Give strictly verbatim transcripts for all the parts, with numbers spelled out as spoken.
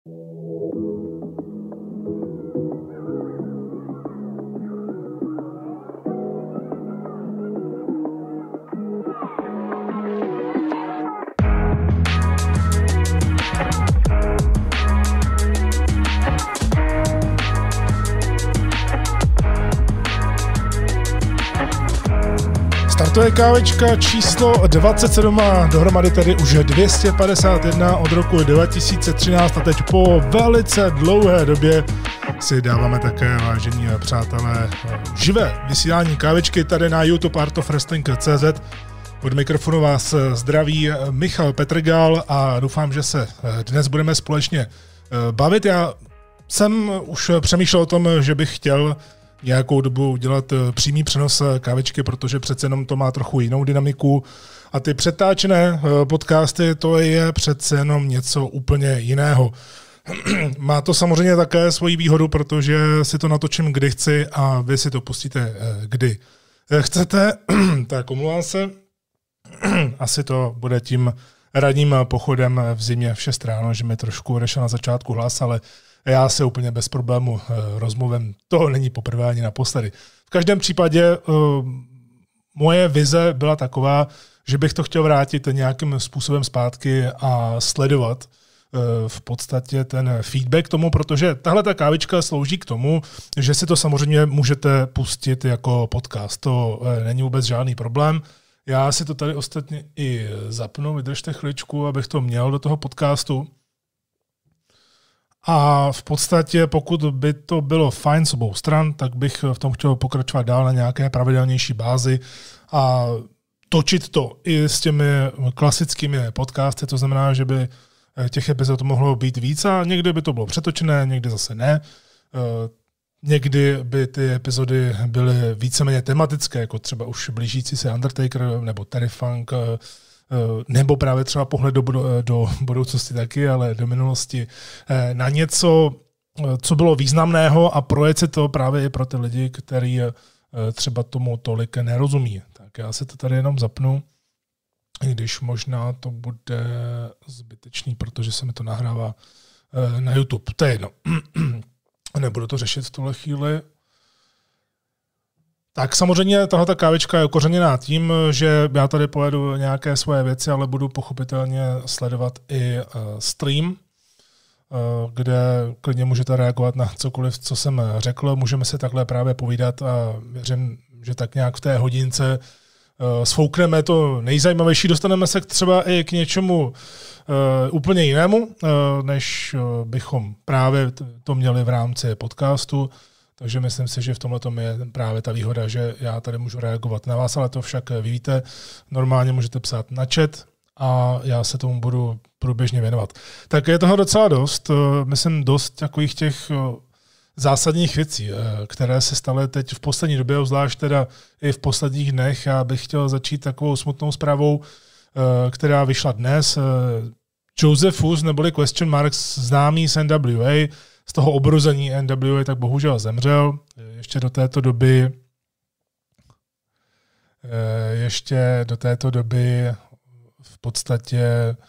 To je kávečka číslo dvacet sedm a dohromady tedy už dvě stě padesát jedna od roku dva tisíce třináct a teď po velice dlouhé době si dáváme také, vážení přátelé, živé vysílání kávečky tady na YouTube Art of Wrestling tečka cé zet. Od mikrofonu vás zdraví Michal Petrgal a doufám, že se dnes budeme společně bavit. Já jsem už přemýšlel o tom, že bych chtěl nějakou dobu dělat přímý přenos kávečky, protože přece jenom to má trochu jinou dynamiku a ty přetáčené podcasty, to je přece jenom něco úplně jiného. Má to samozřejmě také svoji výhodu, protože si to natočím kdy chci a vy si to pustíte kdy chcete. Tak omlouvám se. Asi to bude tím ranním pochodem v zimě v šest ráno, že mi trošku odešel na začátku hlas, ale já se úplně bez problému rozmluvím. To není poprvé ani naposledy. V každém případě uh, moje vize byla taková, že bych to chtěl vrátit nějakým způsobem zpátky a sledovat uh, v podstatě ten feedback tomu, protože tahle ta kávička slouží k tomu, že si to samozřejmě můžete pustit jako podcast. To uh, není vůbec žádný problém. Já si to tady ostatně i zapnu, vydržte chviličku, abych to měl do toho podcastu. A v podstatě, pokud by to bylo fajn s obou stran, tak bych v tom chtěl pokračovat dál na nějaké pravidelnější bázi a točit to i s těmi klasickými podcasty, to znamená, že by těch epizod mohlo být víc a někdy by to bylo přetočené, někdy zase ne. Někdy by ty epizody byly víceméně tematické, jako třeba už blížící se Undertaker nebo Terry Funk, nebo právě třeba pohled do, do budoucnosti taky, ale do minulosti, na něco, co bylo významného a projet si to právě i pro ty lidi, kteří třeba tomu tolik nerozumí. Tak já si to tady jenom zapnu, i když možná to bude zbytečný, protože se mi to nahrává na YouTube. To je jedno. Nebudu to řešit v tuhle chvíli. Tak samozřejmě tahle kávička je okořeněná tím, že já tady pojedu nějaké svoje věci, ale budu pochopitelně sledovat i stream, kde klidně můžete reagovat na cokoliv, co jsem řekl. Můžeme si takhle právě povídat a věřím, že tak nějak v té hodince sfoukneme to nejzajímavější. Dostaneme se třeba i k něčemu úplně jinému, než bychom právě to měli v rámci podcastu. Takže myslím si, že v tomhle tom je právě ta výhoda, že já tady můžu reagovat na vás, ale to však vy víte. Normálně můžete psát na chat a já se tomu budu průběžně věnovat. Tak je toho docela dost. Myslím dost takových těch zásadních věcí, které se staly teď v poslední době, zvlášť teda i v posledních dnech. Já bych chtěl začít takovou smutnou zprávou, která vyšla dnes. Josephus neboli Question Marks, známý z N W A, z toho obrození N W A, tak bohužel zemřel. Ještě do této doby ještě do této doby v podstatě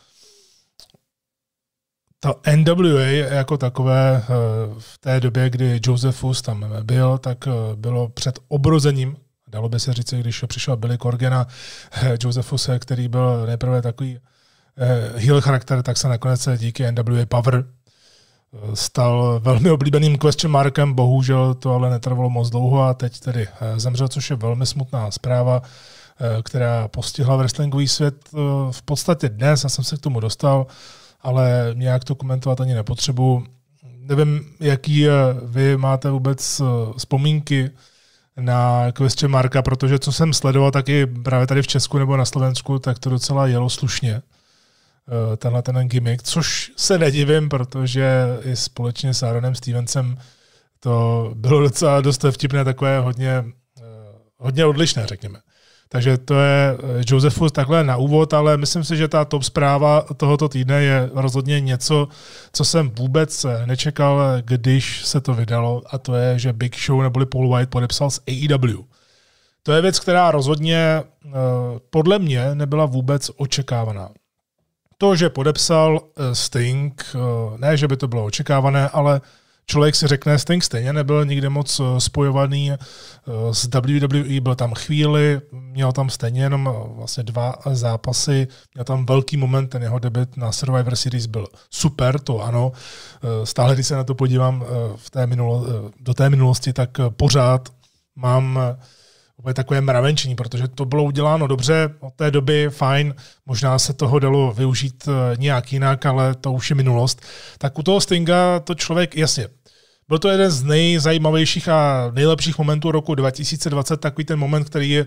to N W A jako takové v té době, kdy Josephus tam byl, tak bylo před obrozením. Dalo by se říct, když přišel Billy Corgan a Josephus, který byl nejprve takový heel charakter, tak se nakonec díky N W A Power stal velmi oblíbeným question markem, bohužel to ale netrvalo moc dlouho a teď tedy zemřel, což je velmi smutná zpráva, která postihla wrestlingový svět v podstatě dnes, já jsem se k tomu dostal, ale nějak to komentovat ani nepotřebuji. Nevím, jaký vy máte vůbec vzpomínky na question marka, protože co jsem sledoval taky právě tady v Česku nebo na Slovensku, tak to docela jelo slušně. Tenhle ten gimmick, což se nedivím, protože i společně s Aaronem Stevensem to bylo docela dost vtipné, takové hodně, hodně odlišné, řekněme. Takže to je Josephus takhle na úvod, ale myslím si, že ta top zpráva tohoto týdne je rozhodně něco, co jsem vůbec nečekal, když se to vydalo, a to je, že Big Show neboli Paul White podepsal s A E W. To je věc, která rozhodně podle mě nebyla vůbec očekávaná. To, že podepsal Sting, ne, že by to bylo očekávané, ale člověk si řekne, Sting stejně nebyl nikdy moc spojovaný s W W E, byl tam chvíli, měl tam stejně jenom vlastně dva zápasy, měl tam velký moment, ten jeho debut na Survivor Series byl super, to ano. Stále, když se na to podívám v té minulo, do té minulosti, tak pořád mám úplně takové mravenčení, protože to bylo uděláno dobře, od té doby fajn, možná se toho dalo využít nějak jinak, ale to už je minulost. Tak u toho Stinga to člověk, jasně, byl to jeden z nejzajímavějších a nejlepších momentů roku dva tisíce dvacet, takový ten moment, který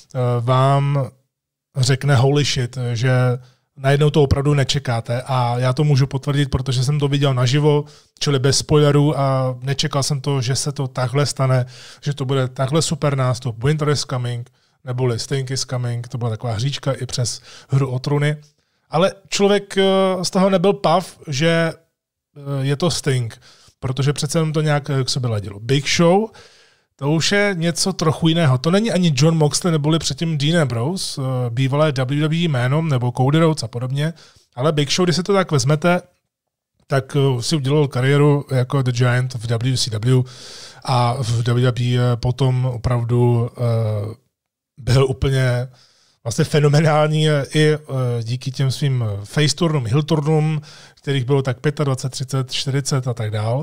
vám řekne holy shit, že najednou to opravdu nečekáte a já to můžu potvrdit, protože jsem to viděl naživo, čili bez spoilerů a nečekal jsem to, že se to takhle stane, že to bude takhle super nástup. Winter is coming, neboli Sting is coming, to byla taková hříčka i přes Hru o trůny. Ale člověk z toho nebyl pav, že je to Sting, protože přece jenom to nějak k sobě ladilo. Big Show, to už je něco trochu jiného. To není ani Jon Moxley neboli předtím Dean Ambrose, bývalé W W E jméno, nebo Cody Rhodes a podobně, ale Big Show, když si to tak vezmete, tak si udělal kariéru jako The Giant v W C W a v W W E potom opravdu byl úplně vlastně fenomenální i díky těm svým face turnům, heel turnům, kterých bylo tak dvacet pět, třicet, čtyřicet a tak dál.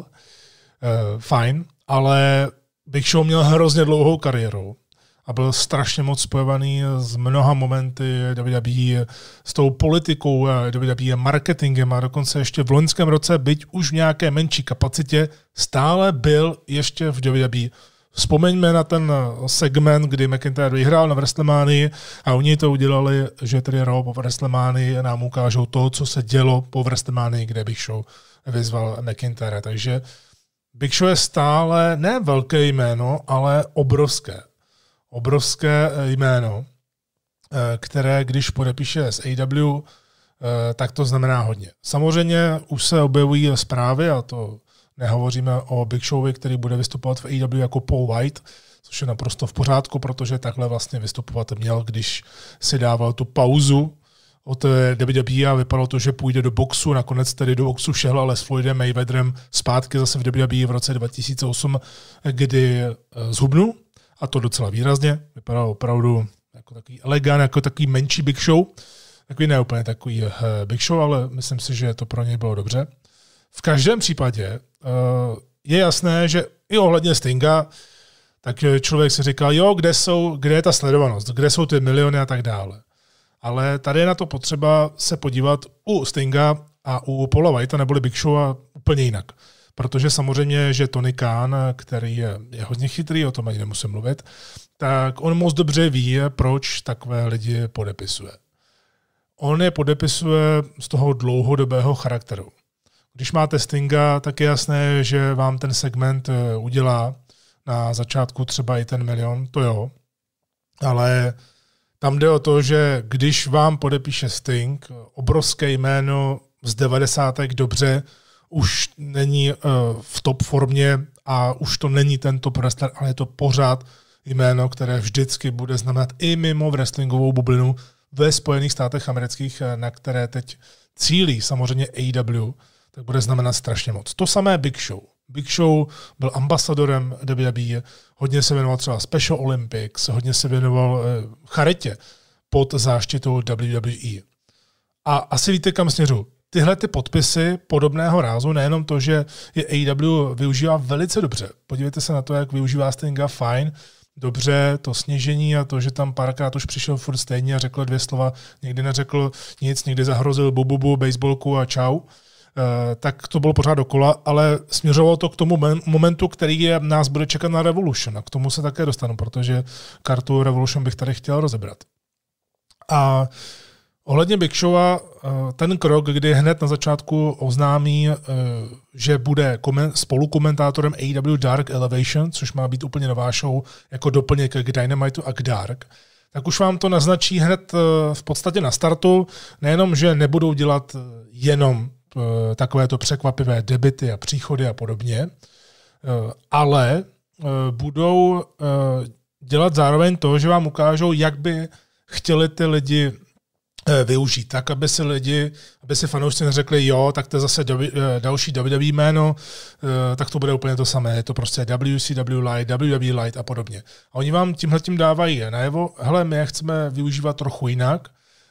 Fajn, ale Big Show měl hrozně dlouhou kariéru a byl strašně moc spojovaný s mnoha momenty W W E, s tou politikou W W E, marketingem a dokonce ještě v loňském roce, byť už v nějaké menší kapacitě, stále byl ještě v W W E. Vzpomeňme na ten segment, kdy McIntyre vyhrál na WrestleManii a oni to udělali, že tedy Raw po WrestleManii nám ukážou to, co se dělo po WrestleManii, kde Big Show vyzval McIntyre. Takže Big Show je stále ne velké jméno, ale obrovské. Obrovské jméno, které když podepíše s A W, tak to znamená hodně. Samozřejmě už se objevují zprávy, a to nehovoříme o Big Showovi, který bude vystupovat v A W jako Paul White, což je naprosto v pořádku, protože takhle vlastně vystupovat měl, když si dával tu pauzu od W W E a vypadalo to, že půjde do boxu, nakonec tedy do boxu šel, ale s Floydem Mayweatherem zpátky zase v W W E v roce dva tisíce osm, kdy zhubnul, a to docela výrazně, vypadalo opravdu jako takový elegant, jako takový menší Big Show, takový ne úplně takový Big Show, ale myslím si, že to pro něj bylo dobře. V každém případě je jasné, že i ohledně Stinga, tak člověk si říkal, jo, kde jsou, kde je ta sledovanost, kde jsou ty miliony a tak dále. Ale tady je na to potřeba se podívat u Stinga a u Paula Whitea neboli Big Showa úplně jinak. Protože samozřejmě, že Tony Khan, který je, je hodně chytrý, o tom ani nemusím mluvit, tak on moc dobře ví, proč takové lidi podepisuje. On je podepisuje z toho dlouhodobého charakteru. Když máte Stinga, tak je jasné, že vám ten segment udělá na začátku třeba i ten milion, to jo. Ale tam jde o to, že když vám podepíše Sting, obrovské jméno z devadesátek dobře, už není uh, v top formě a už to není ten top wrestler, ale je to pořád jméno, které vždycky bude znamenat i mimo wrestlingovou bublinu ve Spojených státech amerických, na které teď cílí samozřejmě A W, tak bude znamenat strašně moc. To samé Big Show. Big Show byl ambasadorem W W E, hodně se věnoval třeba Special Olympics, hodně se věnoval eh, charitě pod záštitou W W E. A asi víte, kam směřu. Tyhle ty podpisy podobného rázu, nejenom to, že je A W využívá velice dobře. Podívejte se na to, jak využívá Stinga, fajn, dobře, to sněžení a to, že tam párkrát už přišel furt stejně a řekl dvě slova, někdy neřekl nic, někdy zahrozil bububu, baseballku a čau. Tak to bylo pořád dokola, ale směřovalo to k tomu momentu, který je, nás bude čekat na Revolution. A k tomu se také dostanu, protože kartu Revolution bych tady chtěl rozebrat. A ohledně Big Showa, ten krok, kdy hned na začátku oznámí, že bude spolukomentátorem A W Dark Elevation, což má být úplně nová show jako doplněk k Dynamitu a k Dark, tak už vám to naznačí hned v podstatě na startu, nejenom, že nebudou dělat jenom takovéto překvapivé debuty a příchody a podobně, ale budou dělat zároveň to, že vám ukážou, jak by chtěli ty lidi využít, tak, aby si lidi, aby si fanoušci neřekli, jo, tak to je zase do, další W W E jméno, tak to bude úplně to samé, je to prostě W C W Light, W W E Light a podobně. A oni vám tímhletím dávají najevo, hele, my je chceme využívat trochu jinak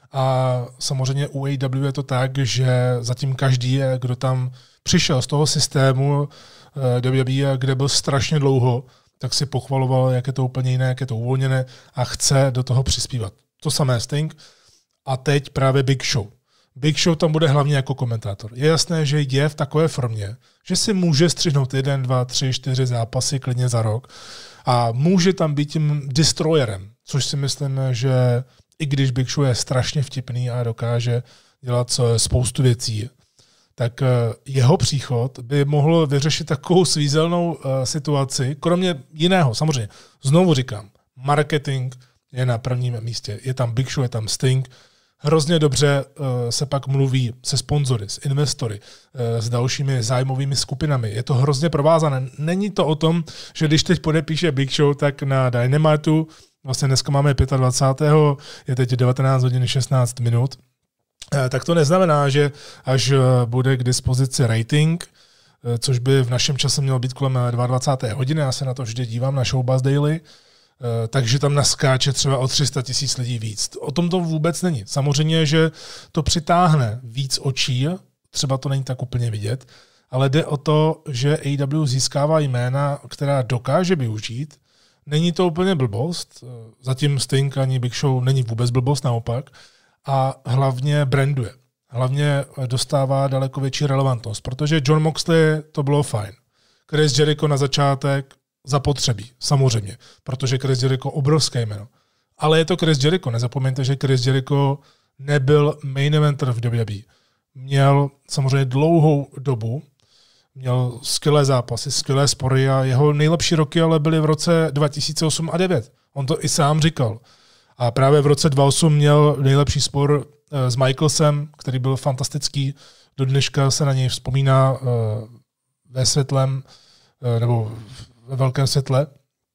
a samozřejmě u A E W je to tak, že zatím každý, kdo tam přišel z toho systému W W E, kde byl strašně dlouho, tak si pochvaloval, jak je to úplně jiné, jak je to uvolněné a chce do toho přispívat. To samé Sting. A teď právě Big Show. Big Show tam bude hlavně jako komentátor. Je jasné, že je v takové formě, že si může střihnout jeden, dva, tři, čtyři zápasy klidně za rok a může tam být tím destroyerem, což si myslím, že i když Big Show je strašně vtipný a dokáže dělat spoustu věcí, tak jeho příchod by mohl vyřešit takovou svízelnou situaci, kromě jiného, samozřejmě. Znovu říkám, marketing je na prvním místě. Je tam Big Show, je tam Sting. Hrozně dobře uh, se pak mluví se sponzory, s investory, uh, s dalšími zájmovými skupinami. Je to hrozně provázané. Není to o tom, že když teď podepíše Big Show, tak na Dynamitu, vlastně dneska máme dvacátého pátého je teď devatenáct hodin šestnáct minut, uh, tak to neznamená, že až uh, bude k dispozici rating, uh, což by v našem čase mělo být kolem dvacáté druhé hodiny, já se na to vždy dívám na Showbuzz Daily, takže tam naskáče třeba o tři sta tisíc lidí víc. O tom to vůbec není. Samozřejmě, že to přitáhne víc očí, třeba to není tak úplně vidět, ale jde o to, že A E W získává jména, která dokáže využít. Není to úplně blbost, zatím Sting ani Big Show není vůbec blbost, naopak, a hlavně branduje. Hlavně dostává daleko větší relevantnost, protože Jon Moxley to bylo fajn. Chris Jericho na začátek zapotřebí, samozřejmě, protože Chris Jericho obrovské jméno. Ale je to Chris Jericho, nezapomeňte, že Chris Jericho nebyl main eventer v W W E. Měl samozřejmě dlouhou dobu, měl skvělé zápasy, skvělé spory a jeho nejlepší roky ale byly v roce dva tisíce osm a devět. On to i sám říkal. A právě v roce dva tisíce osm měl nejlepší spor s Michaelsem, který byl fantastický. Do dneška se na něj vzpomíná ve světlem, nebo ve velkém světle,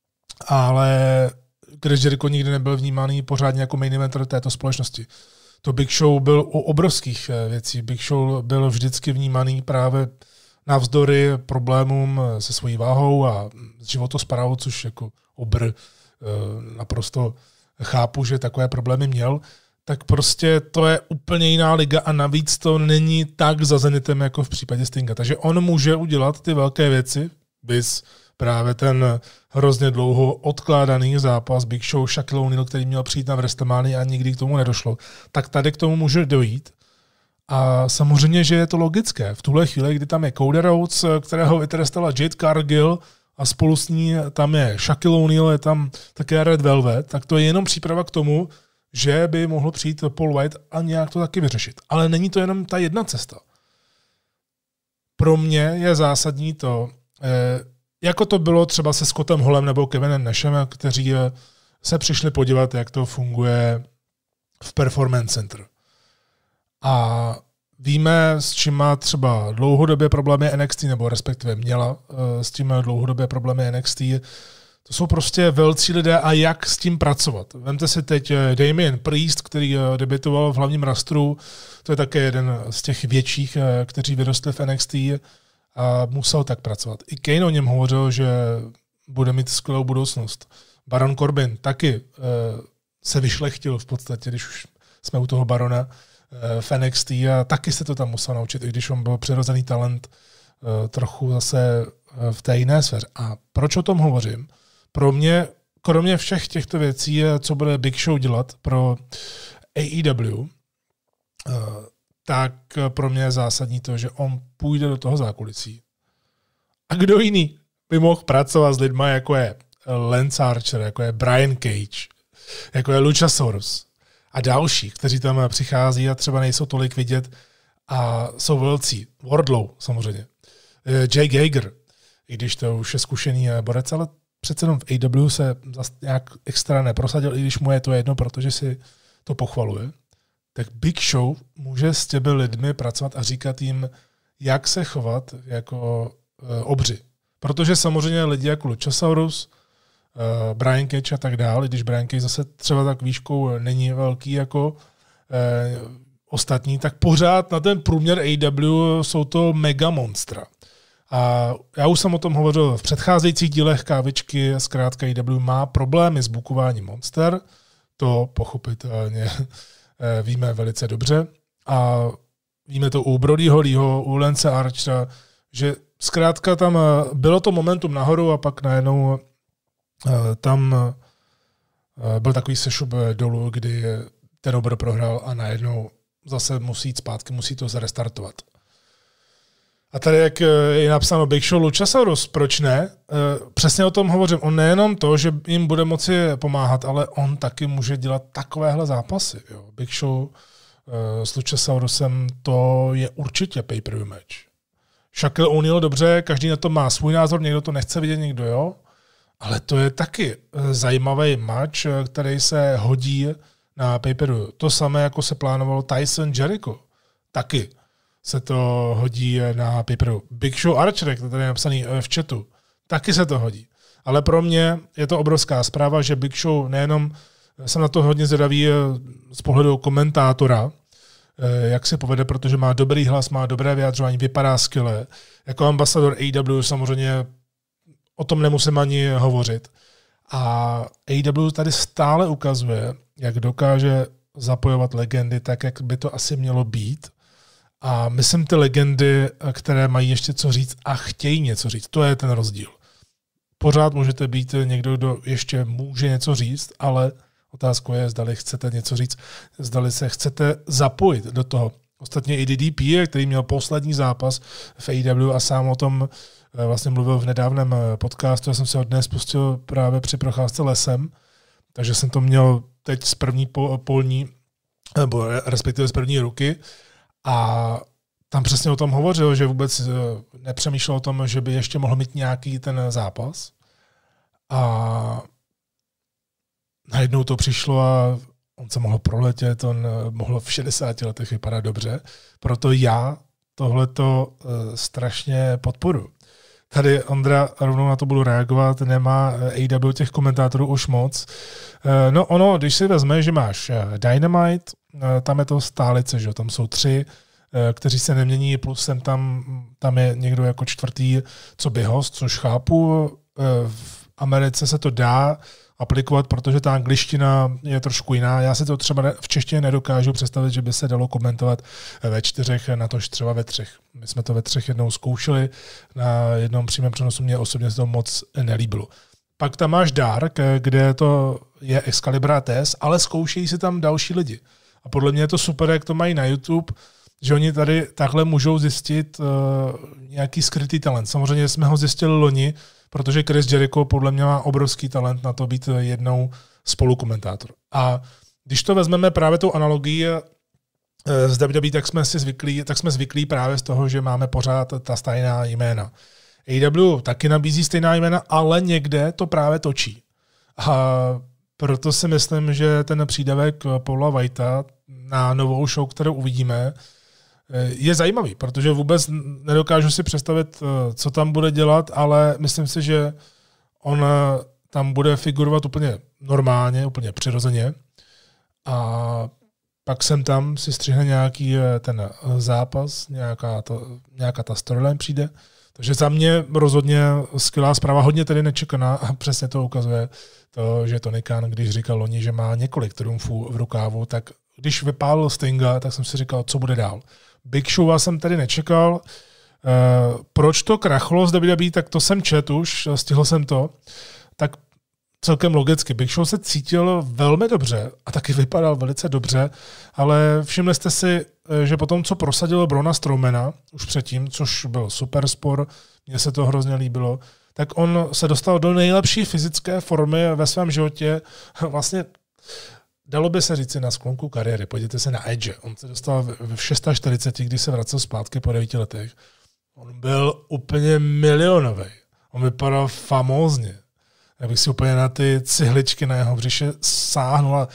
ale Chris Jericho nikdy nebyl vnímaný pořádně jako main eventer této společnosti. To Big Show byl u obrovských věcí. Big Show byl vždycky vnímaný právě navzdory problémům se svojí váhou a životosprávou, což jako obr naprosto chápu, že takové problémy měl, tak prostě to je úplně jiná liga a navíc to není tak za Zenitem jako v případě Stinga. Takže on může udělat ty velké věci, bys právě ten hrozně dlouho odkládaný zápas Big Show Shaquille O'Neal, který měl přijít na WrestleMania a nikdy k tomu nedošlo, tak tady k tomu může dojít. A samozřejmě, že je to logické. V tuhle chvíli, kdy tam je Cody Rhodes, kterého vytrestala Jade Cargill a spolu s ní tam je Shaquille O'Neal, je tam také Red Velvet, tak to je jenom příprava k tomu, že by mohl přijít Paul White a nějak to taky vyřešit. Ale není to jenom ta jedna cesta. Pro mě je zásadní to, eh, jako to bylo třeba se Scottem Hallem nebo Kevinem Nashem, kteří se přišli podívat, jak to funguje v Performance Center. A víme, s čím má třeba dlouhodobě problémy N X T, nebo respektive měla s tím dlouhodobě problémy N X T. To jsou prostě velcí lidé a jak s tím pracovat. Vemte si teď Damian Priest, který debutoval v hlavním rastru, to je také jeden z těch větších, kteří vyrostli v N X T a musel tak pracovat. I Kane o něm hovořil, že bude mít skvělou budoucnost. Baron Corbin taky se vyšlechtil v podstatě, když už jsme u toho Barona v N X T a taky se to tam musel naučit, i když on byl přirozený talent trochu zase v té jiné sféře. A proč o tom hovořím? Pro mě, kromě všech těchto věcí, co bude Big Show dělat pro A E W, tak pro mě je zásadní to, že on půjde do toho zákulisí. A kdo jiný by mohl pracovat s lidma, jako je Lance Archer, jako je Brian Cage, jako je Luchasaurus a další, kteří tam přichází a třeba nejsou tolik vidět a jsou velcí. Wardlow samozřejmě. Jake Hager, i když to už je zkušený borec, ale přece jenom v A E W se zase nějak extra neprosadil, i když mu je to jedno, protože si to pochvaluje. Tak Big Show může s těmi lidmi pracovat a říkat jim, jak se chovat jako e, obři. Protože samozřejmě lidi jako Luchasaurus, e, Brian Cage a tak dále, když Brian Cage zase třeba tak výškou není velký jako eh, ostatní, tak pořád na ten průměr A E W jsou to mega monstra. A já už jsem o tom hovořil v předcházejících dílech Kávičky, zkrátka A E W má problémy s bukováním monster, to pochopitelně víme velice dobře. A víme to u Brodyho Leeho, u Lance Archera, že zkrátka tam bylo to momentum nahoru a pak najednou tam byl takový sešup dolů, kdy ten obr prohrál a najednou zase musí jít zpátky, musí to zarestartovat. A tady, jak je napsáno Big Show Luchasaurus, proč ne? Přesně o tom hovořím. On nejenom to, že jim bude moci pomáhat, ale on taky může dělat takovéhle zápasy. Jo. Big Show s Luchasaurusem, to je určitě pay-per-view match. Shaquille O'Neal dobře, každý na to má svůj názor, někdo to nechce vidět, někdo jo. Ale to je taky zajímavý match, který se hodí na pay-per-view. To samé, jako se plánovalo Tyson Jericho. Taky se to hodí na pay-per-view. Big Show Archer, to tady je napsaný v chatu, taky se to hodí. Ale pro mě je to obrovská zpráva, že Big Show nejenom, jsem na to hodně zvědavý z pohledu komentátora, jak se povede, protože má dobrý hlas, má dobré vyjadřování, vypadá skvěle. Jako ambasador A E W samozřejmě o tom nemusím ani hovořit. A A E W tady stále ukazuje, jak dokáže zapojovat legendy tak, jak by to asi mělo být. A myslím ty legendy, které mají ještě co říct a chtějí něco říct. To je ten rozdíl. Pořád můžete být někdo, kdo ještě může něco říct, ale otázkou je, zdali chcete něco říct, zdali se chcete zapojit do toho. Ostatně i D D P, který měl poslední zápas v A E W a sám o tom vlastně mluvil v nedávném podcastu, já jsem se ho dnes pustil právě při procházce lesem, takže jsem to měl teď z první polní, nebo respektive z první ruky, a tam přesně o tom hovořil, že vůbec nepřemýšlel o tom, že by ještě mohl mít nějaký ten zápas. A najednou to přišlo a on se mohl proletět, on mohl v šedesáti letech vypadat dobře. Proto já tohleto strašně podporuji. Tady Ondra, rovnou na to budu reagovat, nemá A E W těch komentátorů už moc. No ono, když si vezme, že máš Dynamite, tam je to stálice, že tam jsou tři, kteří se nemění, plus sem tam, tam je někdo jako čtvrtý, co by host, což chápu. V Americe se to dá aplikovat, protože ta angličtina je trošku jiná. Já si to třeba v češtině nedokážu představit, že by se dalo komentovat ve čtyřech, natož třeba ve třech. My jsme to ve třech jednou zkoušeli, na jednom přímém přenosu mě osobně se to moc nelíbilo. Pak tam máš Dark, kde to je Excalibur a T S, ale zkoušejí si tam další lidi. A podle mě je to super, jak to mají na YouTube, že oni tady takhle můžou zjistit uh, nějaký skrytý talent. Samozřejmě jsme ho zjistili loni, protože Chris Jericho podle mě má obrovský talent na to být jednou spolukomentátor. A když to vezmeme právě tou analogii z W W E, tak jsme si zvyklí, tak jsme zvyklí právě z toho, že máme pořád ta stejná jména. A E W taky nabízí stejná jména, ale někde to právě točí. A proto si myslím, že ten přídavek Paula Whitea na novou show, kterou uvidíme, je zajímavý, protože vůbec nedokážu si představit, co tam bude dělat, ale myslím si, že on tam bude figurovat úplně normálně, úplně přirozeně. A pak sem tam si střihne nějaký ten zápas, nějaká, to, nějaká ta storyline přijde. Takže za mě rozhodně skvělá zpráva, hodně tedy nečekaná a přesně to ukazuje to, že Tony Khan, když říkal loni, že má několik triumfů v rukávu, tak když vypálil Stinga, tak jsem si říkal, co bude dál. Big Showa jsem tady nečekal. Uh, proč to krachlo z W W E, tak to jsem čet už, stihl jsem to. Tak celkem logicky. Big Show se cítil velmi dobře a taky vypadal velice dobře, ale všimli jste si, že potom, co prosadil Brauna Strowmana už předtím, což byl super spor, mně se to hrozně líbilo, tak on se dostal do nejlepší fyzické formy ve svém životě. Vlastně dalo by se říci na sklonku kariéry. Podívejte se na Edge. On se dostal v čtyřiceti šesti, když se vracel zpátky po devíti letech. On byl úplně milionový. On vypadal famózně. Já bych si úplně na ty cihličky na jeho břiše sáhnul a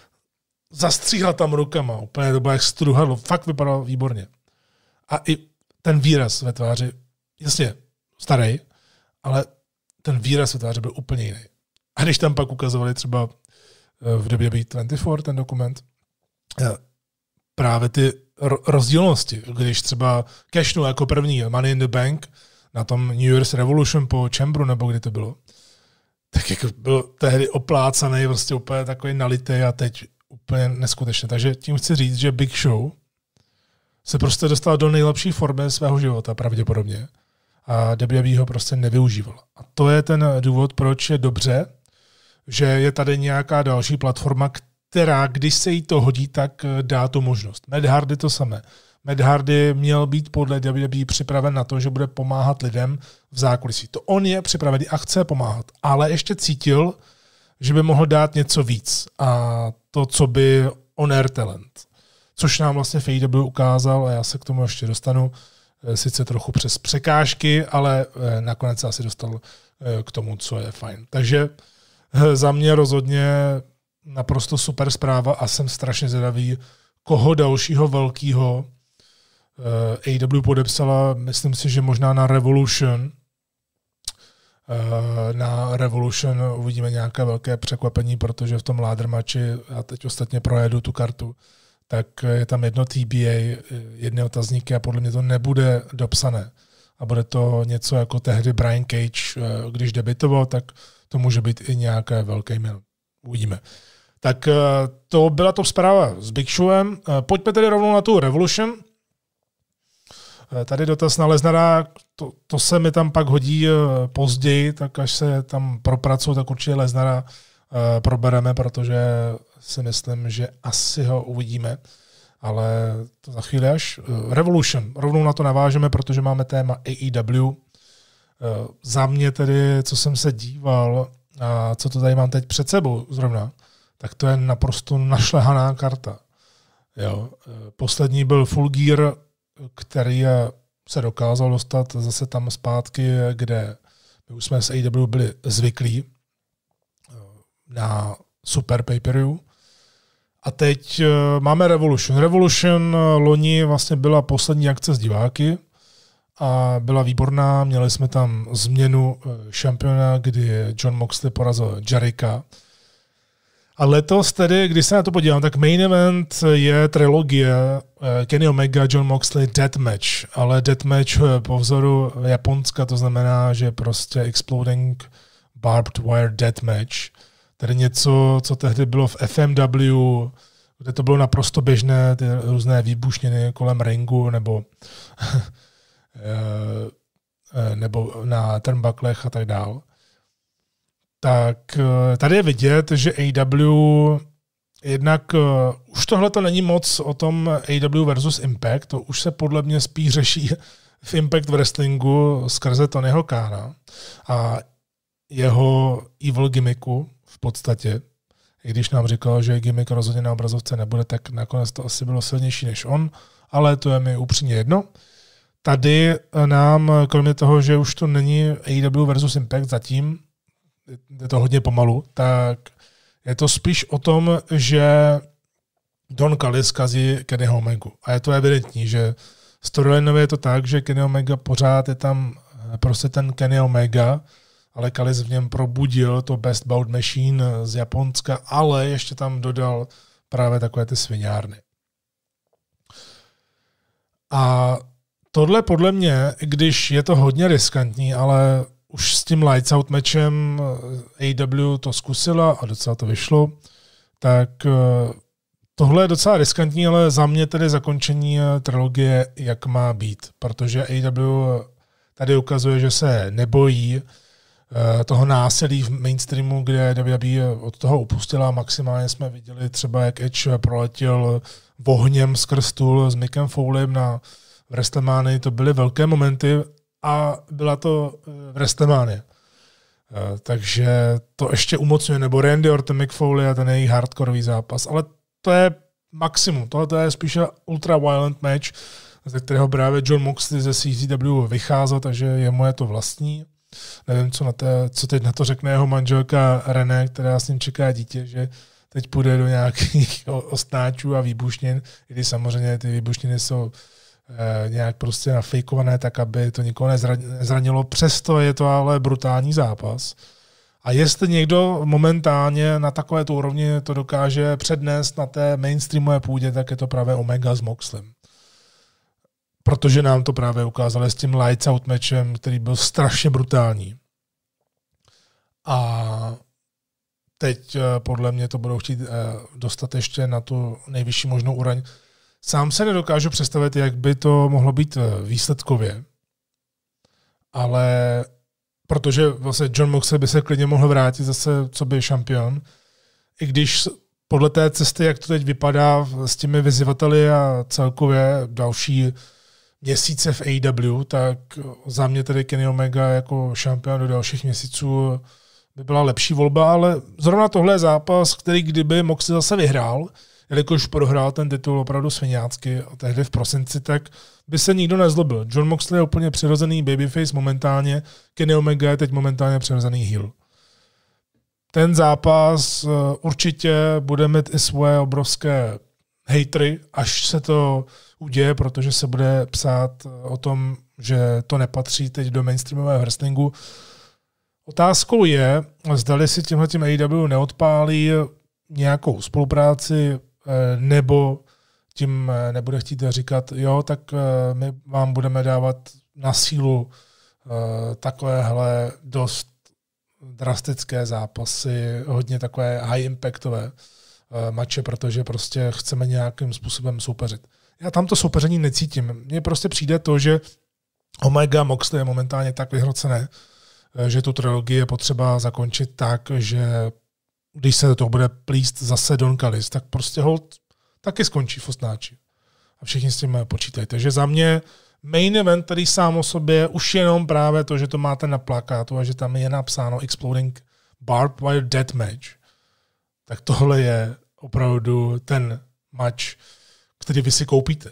zastříhal tam rukama. Úplně to bylo jak struhadlo. Fakt vypadal výborně. A i ten výraz ve tváři, jasně, starý, ale ten výraz ve tváři byl úplně jiný. A když tam pak ukazovali třeba v W W E dvacet čtyři, ten dokument, právě ty rozdílnosti, když třeba cashnu jako první Money in the Bank na tom New Year's Revolution po Chamberu, nebo kdy to bylo, tak jako byl tehdy oplácaný, prostě úplně takový nalitý a teď úplně neskutečně. Takže tím chci říct, že Big Show se prostě dostal do nejlepší formy svého života pravděpodobně a W W E ho prostě nevyužíval. A to je ten důvod, proč je dobře, že je tady nějaká další platforma, která, když se jí to hodí, tak dá tu možnost. Matt Hardy to samé. Matt Hardy měl být podle W W E připraven na to, že bude pomáhat lidem v zákulisí. To on je připravený a chce pomáhat, ale ještě cítil, že by mohl dát něco víc. A to, co by on-air talent. Což nám vlastně v A E W ukázal, a já se k tomu ještě dostanu, sice trochu přes překážky, ale nakonec se asi dostal k tomu, co je fajn. Takže za mě rozhodně naprosto super zpráva a jsem strašně zvědavý, koho dalšího velkýho A E W podepsala, myslím si, že možná na Revolution. Na Revolution uvidíme nějaké velké překvapení, protože v tom ladder matchi, já teď ostatně projedu tu kartu, tak je tam jedno T B A, jedny otazníky a podle mě to nebude dopsané. A bude to něco jako tehdy Brian Cage, když debitoval, tak to může být i nějaké velké jméno. Uvidíme. Tak to byla to zpráva s Big Showem. Pojďme tedy rovnou na tu Revolution. Tady dotaz na Lesnara, to, to se mi tam pak hodí později, tak až se tam propracují, tak určitě Lesnara probereme, protože si myslím, že asi ho uvidíme, ale to za chvíli až. Revolution, rovnou na to navážeme, protože máme téma A E W. Za mě tedy, co jsem se díval a co to tady mám teď před sebou zrovna, tak to je naprosto našlehaná karta. Jo. Poslední byl Full Gear, který se dokázal dostat zase tam zpátky, kde my už jsme s A E W byli zvyklí na super pay-per-view. A teď máme Revolution. Revolution loni vlastně byla poslední akce s diváky a byla výborná. Měli jsme tam změnu šampiona, kdy Jon Moxley porazil Jericha. A letos tedy, když se na to podívám, tak main event je trilogie Kenny Omega, Jon Moxley, Deathmatch. Ale Deathmatch po vzoru Japonska, to znamená, že prostě Exploding Barbed Wire Deathmatch. Tedy něco, co tehdy bylo v F M W, kde to bylo naprosto běžné, ty různé výbušniny kolem ringu nebo, nebo na turnbucklech a tak dál. Tak tady je vidět, že A E W jednak už tohle to není moc o tom A E W versus Impact, to už se podle mě spíš řeší v Impact Wrestlingu skrze Tonyho Khana a jeho evil gimmicku v podstatě. I když nám říkal, že gimmick rozhodně na obrazovce nebude, tak nakonec to asi bylo silnější než on, ale to je mi upřímně jedno. Tady nám, kromě toho, že už to není A E W versus Impact zatím, je to hodně pomalu, tak je to spíš o tom, že Don Callis kazí Kennyho Omegu. A je to evidentní, že storylineově je to tak, že Kenny Omega pořád je tam prostě ten Kenny Omega, ale Callis v něm probudil to Best Bout Machine z Japonska, ale ještě tam dodal právě takové ty sviňárny. A tohle podle mě, když je to hodně riskantní, ale už s tím Lights Out matchem A E W to zkusila a docela to vyšlo, tak tohle je docela riskantní, ale za mě tedy zakončení trilogie jak má být, protože A E W tady ukazuje, že se nebojí toho násilí v mainstreamu, kde W W E od toho upustila. Maximálně jsme viděli třeba, jak Edge proletěl ohněm skrz stůl s Mickem Foleyem na WrestleManii. To byly velké momenty a byla to v WrestleManii. Takže to ještě umocňuje, nebo Randy Orton, Mick Foley a ten jejich hardkorový zápas. Ale to je maximum. Tohle je spíše ultra violent match, ze kterého právě Jon Moxley ze C Z W vycházel, takže jemu je to vlastní. Nevím, co, na té, co teď na to řekne jeho manželka René, která s ním čeká dítě, že teď půjde do nějakých ostnáčů a výbušnin, i když samozřejmě ty výbušniny jsou eh, nějak prostě nafejkované, tak aby to nikoho nezranilo. Přesto je to ale brutální zápas. A jestli někdo momentálně na takovéto úrovni to dokáže přednést na té mainstreamové půdě, tak je to právě Omega s Moxlem. Protože nám to právě ukázali s tím lights out matchem, který byl strašně brutální. A teď podle mě to budou chtít dostat ještě na tu nejvyšší možnou úroveň. Sám se nedokážu představit, jak by to mohlo být výsledkově. Ale protože vlastně Jon Moxley by se klidně mohl vrátit zase, co by šampion. I když podle té cesty, jak to teď vypadá s těmi vyzývateli a celkově další měsíce v A E W, tak za mě tedy Kenny Omega jako šampion do dalších měsíců by byla lepší volba, ale zrovna tohle je zápas, který kdyby Moxley zase vyhrál, jelikož prohrál ten titul opravdu sviňácky a tehdy v prosinci, tak by se nikdo nezlobil. Jon Moxley je úplně přirozený babyface momentálně, Kenny Omega je teď momentálně přirozený heel. Ten zápas určitě bude mít i svoje obrovské hejtry, až se to uděje, protože se bude psát o tom, že to nepatří teď do mainstreamového wrestlingu. Otázkou je, zdali si tímhletím A E W neodpálí nějakou spolupráci, nebo tím nebude chtít říkat, jo, tak my vám budeme dávat na sílu takovéhle dost drastické zápasy, hodně takové high impactové mače, protože prostě chceme nějakým způsobem soupeřit. Já tam to soupeření necítím. Mně prostě přijde to, že Omega Moxley je momentálně tak vyhrocené, že tu trilogii je potřeba zakončit tak, že když se do toho bude plíst zase Don Callis, tak prostě hold taky skončí v Ostnáči. A všichni s tím počítají. Takže za mě main event, který sám o sobě, už jenom právě to, že to máte na plakátu a že tam je napsáno Exploding Barbed Wire Deathmatch, tak tohle je opravdu ten match, který vy si koupíte.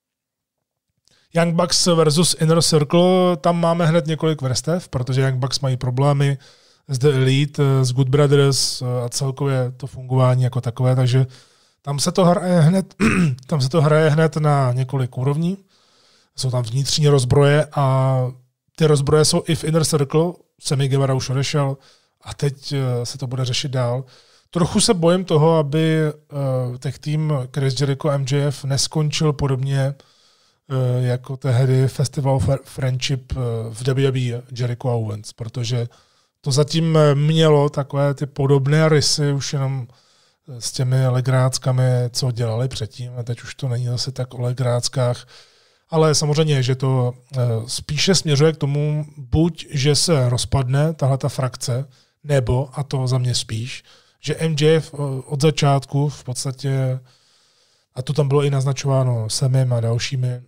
Young Bucks versus Inner Circle, tam máme hned několik vrstev, protože Young Bucks mají problémy s The Elite, s Good Brothers a celkově to fungování jako takové, takže tam se to hraje hned, tam se to hraje hned na několik úrovní. Jsou tam vnitřní rozbroje a ty rozbroje jsou i v Inner Circle. Sammy Guevara už odešel a teď se to bude řešit dál. Trochu se bojím toho, aby uh, tech tým Chris Jericho M J F neskončil podobně uh, jako tehdy Festival of Friendship uh, v W W E Jericho a Owens, protože to zatím mělo takové ty podobné rysy už jenom s těmi legráckami, co dělali předtím. A teď už to není zase tak o legráckách. Ale samozřejmě, že to uh, spíše směřuje k tomu, buď, že se rozpadne tahle ta frakce, nebo, a to za mě spíš, že M J F od začátku v podstatě, a to tam bylo i naznačováno Samem a dalšími,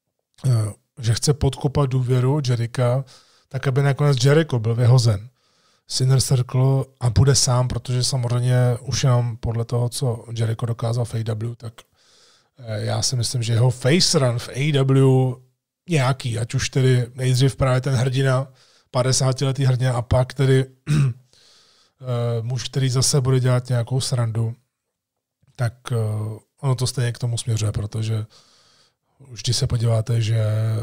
že chce podkopat důvěru Jericha, tak aby nakonec Jericho byl vyhozen z Inner Circle a bude sám, protože samozřejmě už jenom podle toho, co Jericho dokázal v A E W, tak já si myslím, že jeho face run v A E W nějaký, ať už tedy nejdřív právě ten hrdina, padesátiletý hrdina a pak tedy Uh, muž, který zase bude dělat nějakou srandu, tak uh, ono to stejně k tomu směřuje, protože už když se podíváte, že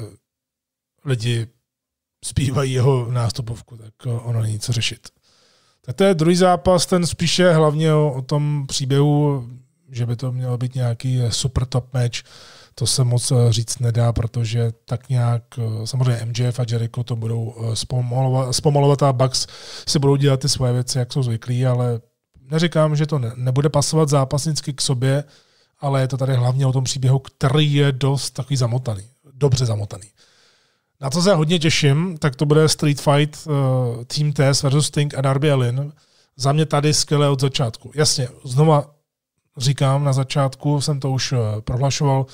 lidi zpívají jeho nástupovku, tak uh, ono není co řešit. Tak to je druhý zápas, ten spíše hlavně o, o tom příběhu, že by to mělo být nějaký super top match, to se moc říct nedá, protože tak nějak, samozřejmě M J F a Jericho to budou zpomalovat, zpomalovat a Bucks si budou dělat ty svoje věci, jak jsou zvyklí, ale neříkám, že to ne, nebude pasovat zápasnicky k sobě, ale je to tady hlavně o tom příběhu, který je dost takový zamotaný, dobře zamotaný. Na co se hodně těším, tak to bude Street Fight uh, Team Test versus Sting a Darby Allin. Za mě tady skvělé od začátku. Jasně, znova říkám, na začátku jsem to už uh, prohlašoval,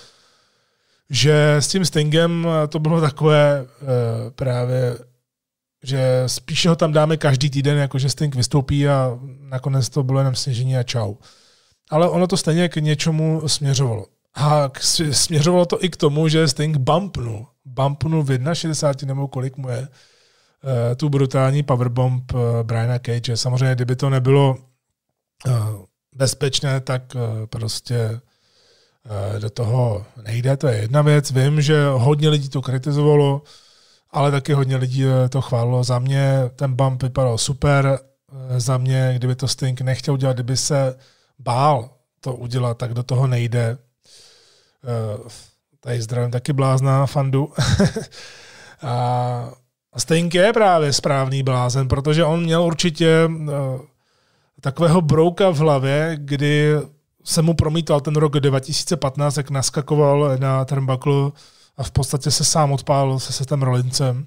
že s tím Stingem to bylo takové uh, právě, že spíše ho tam dáme každý týden, jakože Sting vystoupí a nakonec to bylo jenom sněžení a čau. Ale ono to stejně k něčemu směřovalo. A směřovalo to i k tomu, že Sting bumpnul. Bumpnul v šedesát jedna nebo kolik mu je uh, tu brutální powerbomb uh, Briana Cage. Samozřejmě, kdyby to nebylo uh, bezpečné, tak uh, prostě do toho nejde, to je jedna věc. Vím, že hodně lidí to kritizovalo, ale taky hodně lidí to chválilo. Za mě ten bump vypadal super, za mě, kdyby to Sting nechtěl udělat, kdyby se bál to udělat, tak do toho nejde. Tady zdravím taky blázna fandu. A Sting je právě správný blázen, protože on měl určitě takového brouka v hlavě, kdy se mu promítal ten rok dva tisíce patnáct, jak naskakoval na turnbuckle a v podstatě se sám odpálil se Sethem Rollinsem.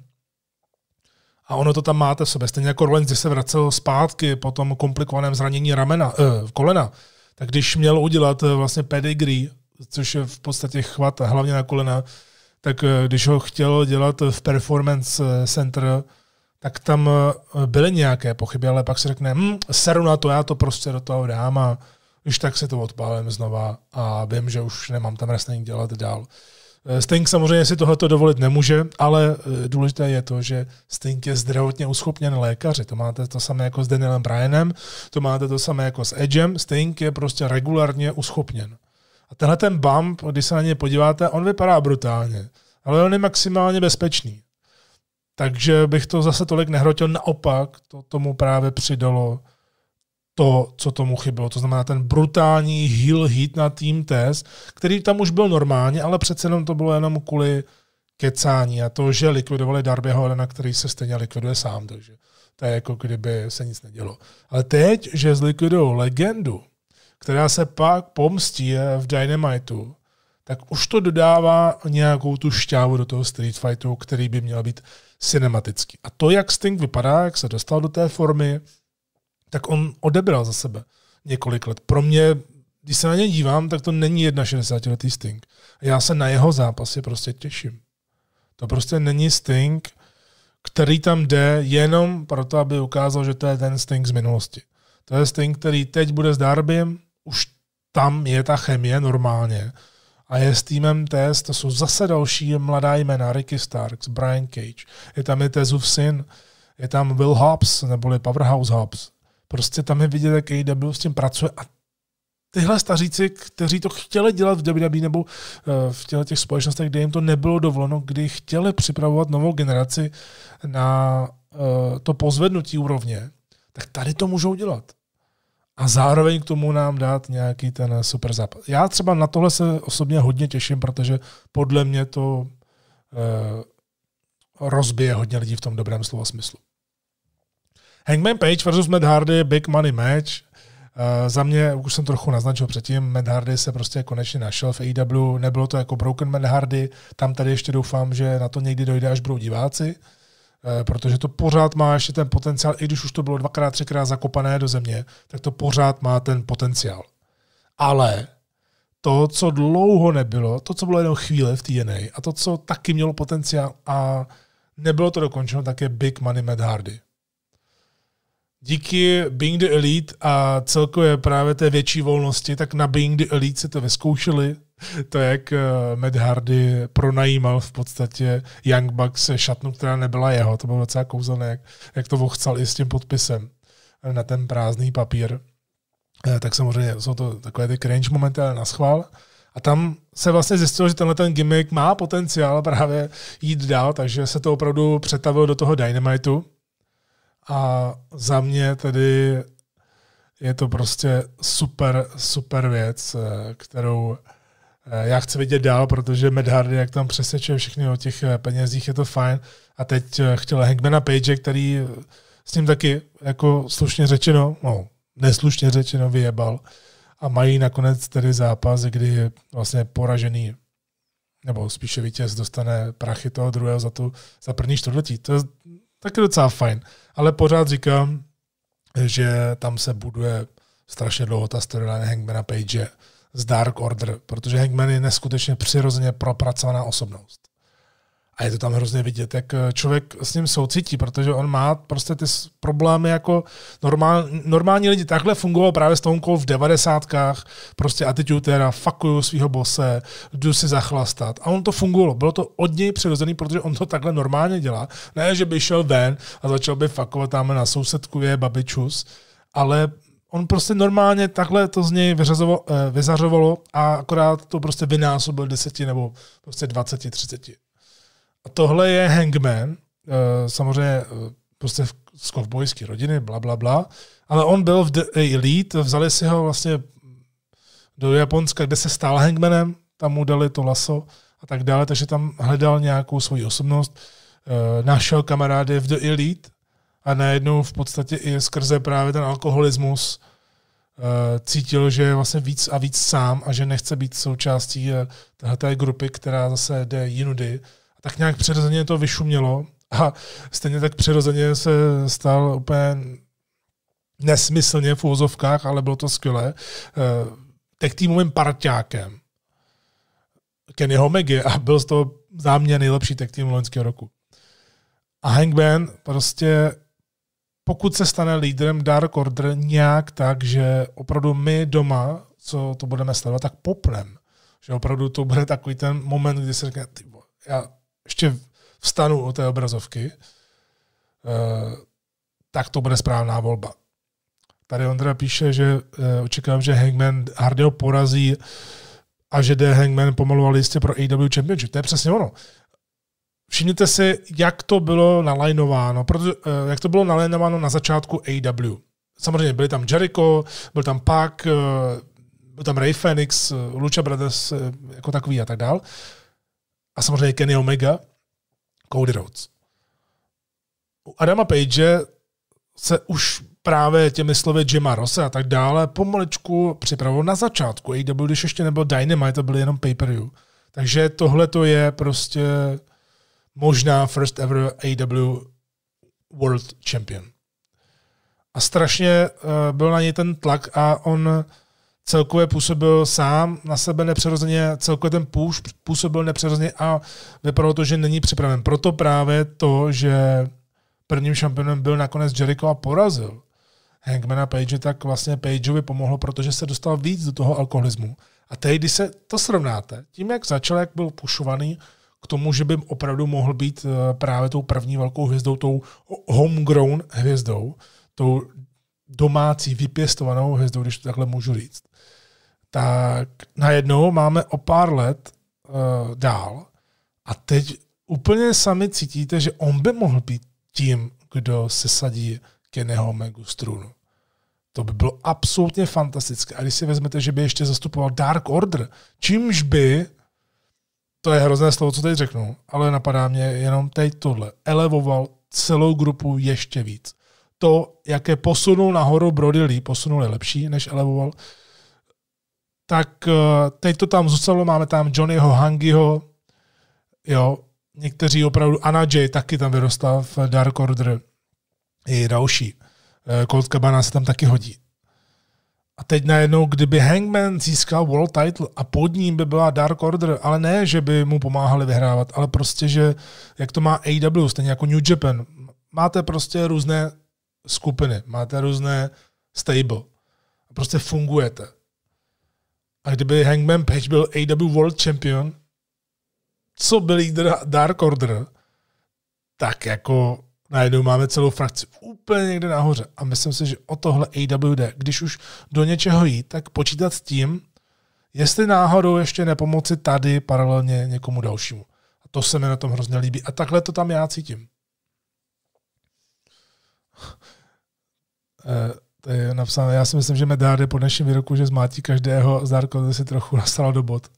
A ono to tam máte v sobě. Stejně jako Rollins, když se vracel zpátky po tom komplikovaném zranění ramena, eh, kolena, tak když měl udělat vlastně pedigree, což je v podstatě chvat hlavně na kolena, tak když ho chtěl dělat v Performance Center, tak tam byly nějaké pochyby, ale pak si řekne, hm, seru na to, já to prostě do toho dám a když tak si to odpálím znova a vím, že už nemám tam wrestling dělat dál. Sting samozřejmě si tohleto dovolit nemůže, ale důležité je to, že Sting je zdravotně uschopněn lékaři. To máte to samé jako s Danielem Bryanem, to máte to samé jako s Edgem. Sting je prostě regulárně uschopněn. A tenhle ten bump, když se na něj podíváte, on vypadá brutálně, ale on je maximálně bezpečný. Takže bych to zase tolik nehrotil, naopak to tomu právě přidalo to, co tomu chybilo. To znamená ten brutální heel hit na Team Test, který tam už byl normálně, ale přece jenom to bylo jenom kvůli kecání a to, že likvidovali Darbyho Allina, který se stejně likviduje sám. Takže to je jako kdyby se nic nedělo. Ale teď, že zlikvidují legendu, která se pak pomstí v Dynamitu, tak už to dodává nějakou tu šťávu do toho Street Fightu, který by měl být cinematický. A to, jak Sting vypadá, jak se dostal do té formy, tak on odebral za sebe několik let. Pro mě, když se na ně dívám, tak to není šedesátiletý Sting. Já se na jeho zápasy prostě těším. To prostě není Sting, který tam jde jenom proto, aby ukázal, že to je ten Sting z minulosti. To je Sting, který teď bude s Darbym, už tam je ta chemie normálně. A je s týmem Test, to jsou zase další mladá jména, Ricky Starks, Brian Cage, je tam i Tezův syn, je tam Will Hobbs, neboli Powerhouse Hobbs. Prostě tam je vidět, jak A E W s tím pracuje a tyhle staříci, kteří to chtěli dělat v W W E nebo v těch společnostech, kde jim to nebylo dovoleno, kdy chtěli připravovat novou generaci na to pozvednutí úrovně, tak tady to můžou dělat. A zároveň k tomu nám dát nějaký ten super zápas. Já třeba na tohle se osobně hodně těším, protože podle mě to eh, rozbije hodně lidí v tom dobrém slova smyslu. Hangman Page versus Matt Hardy, big money match. Eh, za mě, už jsem trochu naznačil předtím, Matt Hardy se prostě konečně našel v A E W. Nebylo to jako broken Matt Hardy, tam tady ještě doufám, že na to někdy dojde, až budou diváci. Protože to pořád má ještě ten potenciál, i když už to bylo dvakrát, třikrát zakopané do země, tak to pořád má ten potenciál. Ale to, co dlouho nebylo, to, co bylo jenom chvíle v T N A a to, co taky mělo potenciál a nebylo to dokončeno, tak je Big Money Matt Hardy. Díky Being the Elite a celkově právě té větší volnosti, tak na Being the Elite se to vyzkoušeli. To, jak Matt Hardy pronajímal v podstatě Young Bucks šatnu, která nebyla jeho. To bylo docela kouzelné, jak, jak to vochcal i s tím podpisem na ten prázdný papír. Tak samozřejmě jsou to takové ty cringe momenty, ale naschvál. A tam se vlastně zjistilo, že tenhle ten gimmick má potenciál právě jít dál, takže se to opravdu přetavilo do toho Dynamitu. A za mě tedy je to prostě super, super věc, kterou já chci vidět dál, protože Matt Hardy, jak tam přesvědčuje všechny o těch penězích, je to fajn. A teď chtěl Hangmana Page, který s ním taky, jako slušně řečeno, no, neslušně řečeno, vyjebal. A mají nakonec tedy zápas, kdy vlastně poražený, nebo spíše vítěz dostane prachy toho druhého za, tu, za první čtvrtletí. To je taky docela fajn. Ale pořád říkám, že tam se buduje strašně dlouho ta storyline Hangmana Page z Dark Order, protože Hangman je neskutečně přirozeně propracovaná osobnost. A je to tam hrozně vidět, jak člověk s ním soucítí, protože on má prostě ty problémy jako normál, normální lidi. Takhle fungoval právě Stone Cold v devadesátkách, prostě attitude, fuckuju svýho bose, jdu si zachlastat. A on to fungovalo. Bylo to od něj přirozený, protože on to takhle normálně dělá. Ne, že by šel ven a začal by fuckovat tam na sousedku je babičus, ale on prostě normálně takhle to z něj vyzařovalo a akorát to prostě vynásobil deseti nebo prostě dvaceti, třiceti. A tohle je Hangman. Samozřejmě prostě z kovbojské rodiny, bla, bla, bla. Ale on byl v The Elite, vzali si ho vlastně do Japonska, kde se stál Hangmanem, tam mu dali to laso a tak dále, takže tam hledal nějakou svoji osobnost, našel kamarády v The Elite a najednou v podstatě i skrze právě ten alkoholismus cítil, že je vlastně víc a víc sám a že nechce být součástí téhleté grupy, která zase jde jinudy. A tak nějak přirozeně to vyšumělo a stejně tak přirozeně se stal úplně nesmyslně v úvozovkách, ale bylo to skvělé, tak týmovým parťákem Kennyho Omegy a byl z toho za mě nejlepší tag team loňského roku. A Hangman prostě, pokud se stane lídrem Dark Order nějak tak, že opravdu my doma, co to budeme sledovat, tak popnem. Že opravdu to bude takový ten moment, kdy se řekne, ty, já ještě vstanu od té obrazovky, tak to bude správná volba. Tady Ondra píše, že očekávám, že Hangman Hardyho porazí a že jde Hangman pomalu jistě pro A E W Championship. To je přesně ono. Všimněte si, jak to bylo nalajnováno, protože, jak to bylo nalajnováno na začátku A E W. Samozřejmě byli tam Jericho, byl tam Pac, byl tam Ray Phoenix, Lucha Brothers jako takový a tak dál. A samozřejmě Kenny Omega, Cody Rhodes. U Adama Page se už právě těmi slovy Jima Rosse a tak dále pomaličku připravoval na začátku A E W, když ještě nebyl Dynamite, to byl jenom pay-per-view. Takže tohle to je prostě možná first ever A E W World Champion. A strašně uh, byl na něj ten tlak a on celkově působil sám na sebe nepřirozeně, celkově ten push působil nepřirozeně a vypadalo to, že není připraven. Proto právě to, že prvním šampionem byl nakonec Jericho a porazil Hangmana Page, tak vlastně Pageovi pomohlo, protože se dostal víc do toho alkoholismu. A teď, když se to srovnáte, tím, jak začal, jak byl pušovaný k tomu, že by opravdu mohl být právě tou první velkou hvězdou, tou homegrown hvězdou, tou domácí, vypěstovanou hvězdou, když to takhle můžu říct, tak najednou máme o pár let uh, dál a teď úplně sami cítíte, že on by mohl být tím, kdo se sadí Kennyho Omegu z trůnu. To by bylo absolutně fantastické. A když si vezmete, že by ještě zastupoval Dark Order, čímž by, to je hrozné slovo, co teď řeknu, ale napadá mě jenom teď tohle, elevoval celou grupu ještě víc. To, jaké posunul nahoru Brody Lee, posunul je lepší, než elevoval, tak teď to tam zůstalo, máme tam Johnnyho Hangiho, jo, někteří opravdu, Anna Jay taky tam vyrostla v Dark Order, i další. Colt Cabana se tam taky hodí. A teď najednou, kdyby Hangman získal World Title a pod ním by byla Dark Order, ale ne, že by mu pomáhali vyhrávat, ale prostě, že jak to má A E W, stejně jako New Japan, máte prostě různé skupiny, máte různé stable a prostě fungujete. A kdyby Hangman Page byl A E W World Champion, co byl lídr Dark Order, tak jako najednou máme celou frakci úplně někde nahoře. A myslím si, že o tohle A E W jde. Když už do něčeho jít, tak počítat s tím, jestli náhodou ještě nepomoci tady paralelně někomu dalšímu. A to se mi na tom hrozně líbí. A takhle to tam já cítím. To je napsané. Já si myslím, že Medardy po dnešním výroku, že zmátí každého z Dark Order, si trochu nastala do bod.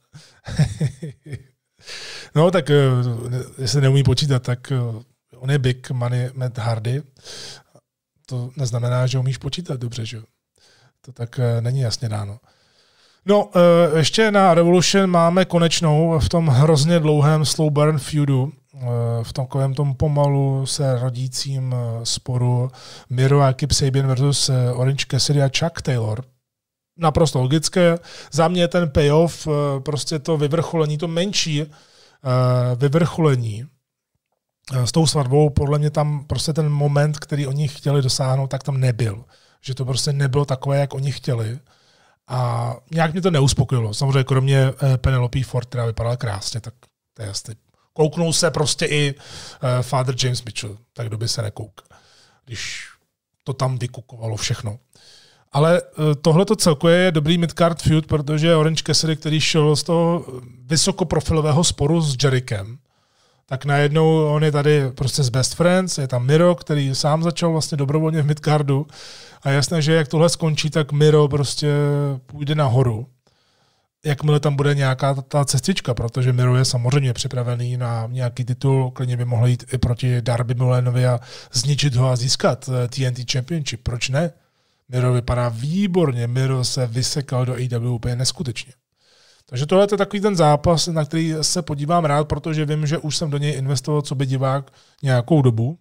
No tak, jestli neumí počítat, tak on je big money Matt Hardy. To neznamená, že umíš počítat dobře, že? To tak není jasně dáno. No, ještě na Revolution máme konečnou v tom hrozně dlouhém slow burn feudu, v takovém tom pomalu se rodícím sporu Miro a Kip Sabian versus Orange Cassidy a Chuck Taylor. Naprosto logické. Za mě ten payoff, prostě to vyvrcholení, to menší vyvrcholení s tou svatbou, podle mě tam prostě ten moment, který oni chtěli dosáhnout, tak tam nebyl. Že to prostě nebylo takové, jak oni chtěli. A nějak mě to neuspokojilo. Samozřejmě kromě Penelope Ford, která vypadala krásně, tak to je jasný. Kouknul se prostě i Father James Mitchell, tak kdo by se nekouk, když to tam vykukovalo všechno. Ale tohle to celkově je dobrý midcard feud, protože Orange Cassidy, který šel z toho vysokoprofilového sporu s Jerichem, tak najednou on je tady prostě z Best Friends, je tam Miro, který sám začal vlastně dobrovolně v midcardu a jasné, že jak tohle skončí, tak Miro prostě půjde nahoru. Jakmile tam bude nějaká ta cestička, protože Miro je samozřejmě připravený na nějaký titul, klidně by mohl jít i proti Darby Allinovi a zničit ho a získat T N T Championship. Proč ne? Miro vypadá výborně, Miro se vysekal do A E W úplně neskutečně. Takže tohle je takový ten zápas, na který se podívám rád, protože vím, že už jsem do něj investoval co by divák nějakou dobu.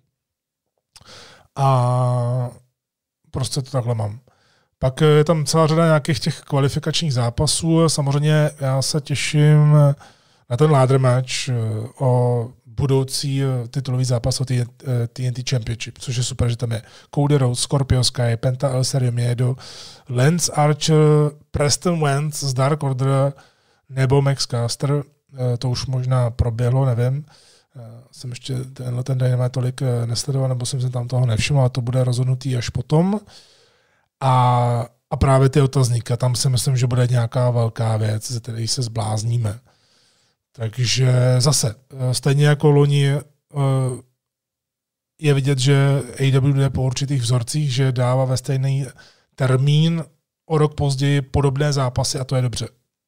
A prostě to takhle mám. Pak je tam celá řada nějakých těch kvalifikačních zápasů. Samozřejmě já se těším na ten ladder match o budoucí titulový zápas o T N T Championship, což je super, že tam je Cody Rhodes, Scorpio Sky, Penta El Serio Miedo, Lance Archer, Preston Vance z Dark Order nebo Max Caster. To už možná proběhlo, nevím. Jsem ještě tenhle ten Dynamite tolik nesledoval, nebo jsem se tam toho nevšiml, ale to bude rozhodnutý až potom. A, a právě ty otazníka, tam si myslím, že bude nějaká velká věc, ze které se zblázníme. Takže zase, stejně jako loni je vidět, že A E W jde po určitých vzorcích, že dává ve stejný termín o rok později podobné zápasy a to je dobře.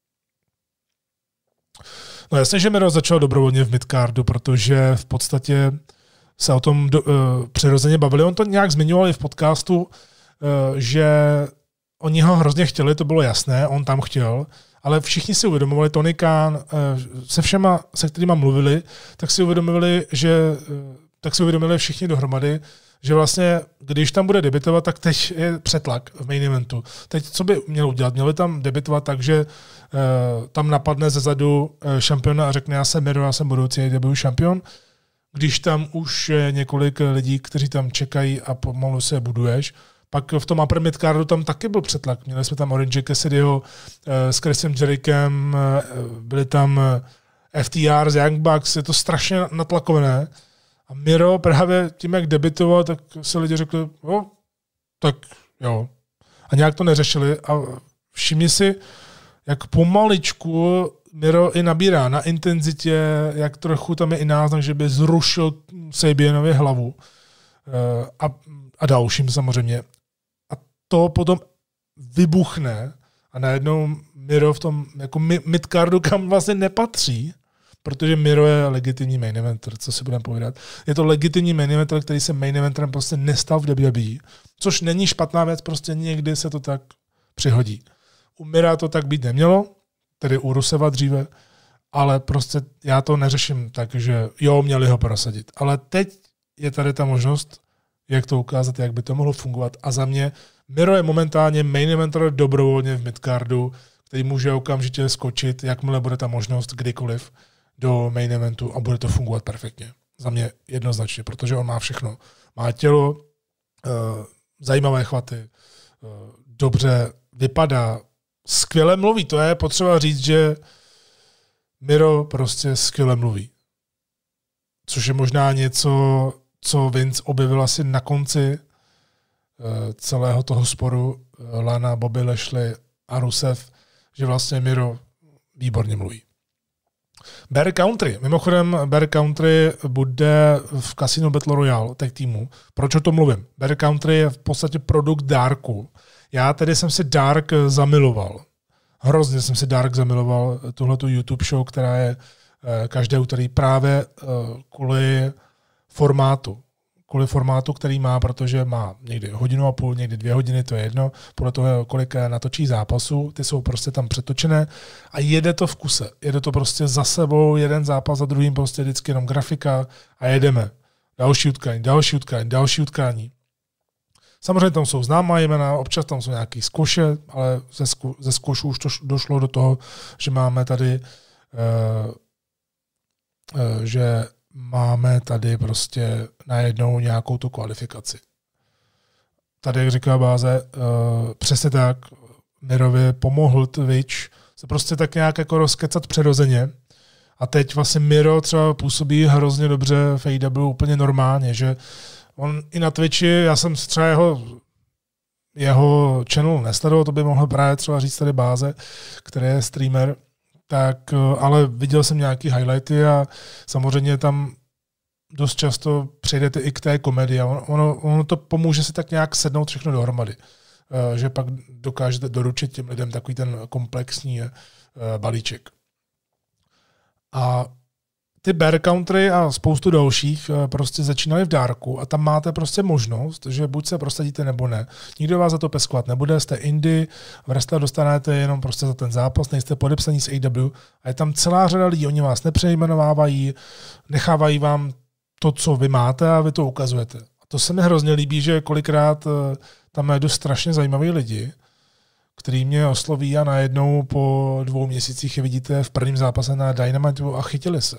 No jasně, že Miro začal dobrovolně v midcardu, protože v podstatě se o tom do, uh, přirozeně bavili. On to nějak zmiňoval i v podcastu, uh, že oni ho hrozně chtěli, to bylo jasné, on tam chtěl, ale všichni si uvědomovali, Tony Khan, uh, se všema, se kterýma mluvili, tak si uvědomovali, že uh, tak si uvědomili všichni dohromady, že vlastně, když tam bude debitovat, tak teď je přetlak v main eventu. Teď co by měl udělat? Měli tam debitovat tak, že uh, tam napadne zezadu uh, šampiona a řekne, já jsem Miro, já jsem budoucí A E W šampion. Když tam už je několik lidí, kteří tam čekají a pomalu se buduješ, pak v tom upper midcardu tam taky byl přetlak. Měli jsme tam Orange Cassidyho uh, s Chrisem Jerikem, uh, byli tam uh, F T R z Young Bucks, je to strašně natlakované. A Miro právě tím, jak debitoval, tak se lidi řekli, jo, tak jo. A nějak to neřešili a všimni si, jak pomaličku Miro i nabírá na intenzitě, jak trochu tam je i náznak, že by zrušil Sabianovi hlavu a, a dalším samozřejmě. A to potom vybuchne a najednou Miro v tom jako midcardu, kam vlastně nepatří, protože Miro je legitimní main eventer, co si budeme povídat. Je to legitimní main eventer, který se main eventerem prostě nestal v W W E, což není špatná věc, prostě někdy se to tak přihodí. U Mira to tak být nemělo, tedy u Ruseva dříve, ale prostě já to neřeším tak, že jo, měli ho prosadit. Ale teď je tady ta možnost, jak to ukázat, jak by to mohlo fungovat. A za mě Miro je momentálně main eventer dobrovolně v midcardu, který může okamžitě skočit, jakmile bude ta možnost kdykoliv do main eventu a bude to fungovat perfektně. Za mě jednoznačně, protože on má všechno. Má tělo, zajímavé chvaty, dobře vypadá, skvěle mluví. To je potřeba říct, že Miro prostě skvěle mluví. Což je možná něco, co Vince objevil asi na konci celého toho sporu Lana, Bobby Lashley a Rusev, že vlastně Miro výborně mluví. Bear Country. Mimochodem, Bear Country bude v Casino Battle Royale tag týmu. Proč o tom mluvím? Bear Country je v podstatě produkt Darku. Já tedy jsem si Dark zamiloval. Hrozně jsem si Dark zamiloval, tuhletu YouTube show, která je každé úterý právě kvůli formátu. Kvůli formátu, který má, protože má někdy hodinu a půl, někdy dvě hodiny, to je jedno, podle toho, kolik natočí zápasů, ty jsou prostě tam přetočené a jede to v kuse. Jede to prostě za sebou, jeden zápas za druhým, prostě vždycky jenom grafika a jedeme. Další utkání, další utkání, další utkání. Samozřejmě tam jsou známá jména, občas tam jsou nějaký zkuše, ale ze, zku, ze zkušů už to došlo do toho, že máme tady uh, uh, že máme tady prostě najednou nějakou tu kvalifikaci. Tady, jak říká Báze, uh, přesně tak, Mirovi pomohl Twitch se prostě tak nějak jako rozkecat přirozeně. A teď vlastně Miro třeba působí hrozně dobře v A E W úplně normálně, že on i na Twitchi, já jsem třeba jeho, jeho channel nesledoval, to by mohl právě třeba říct tady Báze, který je streamer, tak, ale viděl jsem nějaký highlighty a samozřejmě tam dost často přejdete i k té komedii. Ono, ono to pomůže si tak nějak sednout všechno dohromady. Že pak dokážete doručit těm lidem takový ten komplexní balíček. A ty Bear Country a spoustu dalších prostě začínaly v dárku a tam máte prostě možnost, že buď se prosadíte nebo ne. Nikdo vás za to peskovat nebude, jste indie, wrestler dostanete jenom prostě za ten zápas, nejste podepsaní s A E W a je tam celá řada lidí, oni vás nepřejmenovávají, nechávají vám to, co vy máte a vy to ukazujete. A to se mi hrozně líbí, že kolikrát tam je dost strašně zajímaví lidi, který mě osloví a najednou po dvou měsících je vidíte v prvním zápase na Dynamite a chytili se.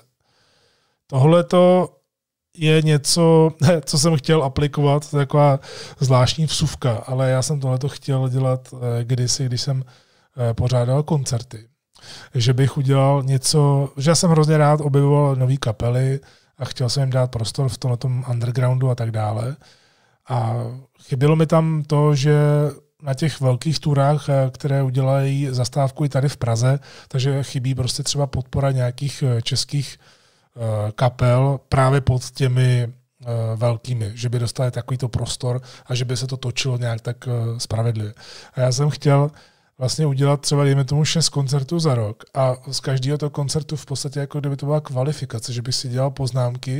Tohle to je něco, co jsem chtěl aplikovat, to je taková zvláštní vsuvka, ale já jsem tohleto chtěl dělat kdysi, když jsem pořádal koncerty. Že bych udělal něco, že já jsem hrozně rád objevoval nový kapely a chtěl jsem jim dát prostor v tomhletom undergroundu a tak dále. A chybělo mi tam to, že na těch velkých turách, které udělají zastávku i tady v Praze, takže chybí prostě třeba podpora nějakých českých kapel právě pod těmi velkými, že by dostali takovýto prostor a že by se to točilo nějak tak spravedlivě. A já jsem chtěl vlastně udělat třeba, dejme tomu, šest koncertů za rok a z každého toho koncertu v podstatě jako kdyby to byla kvalifikace, že bych si dělal poznámky,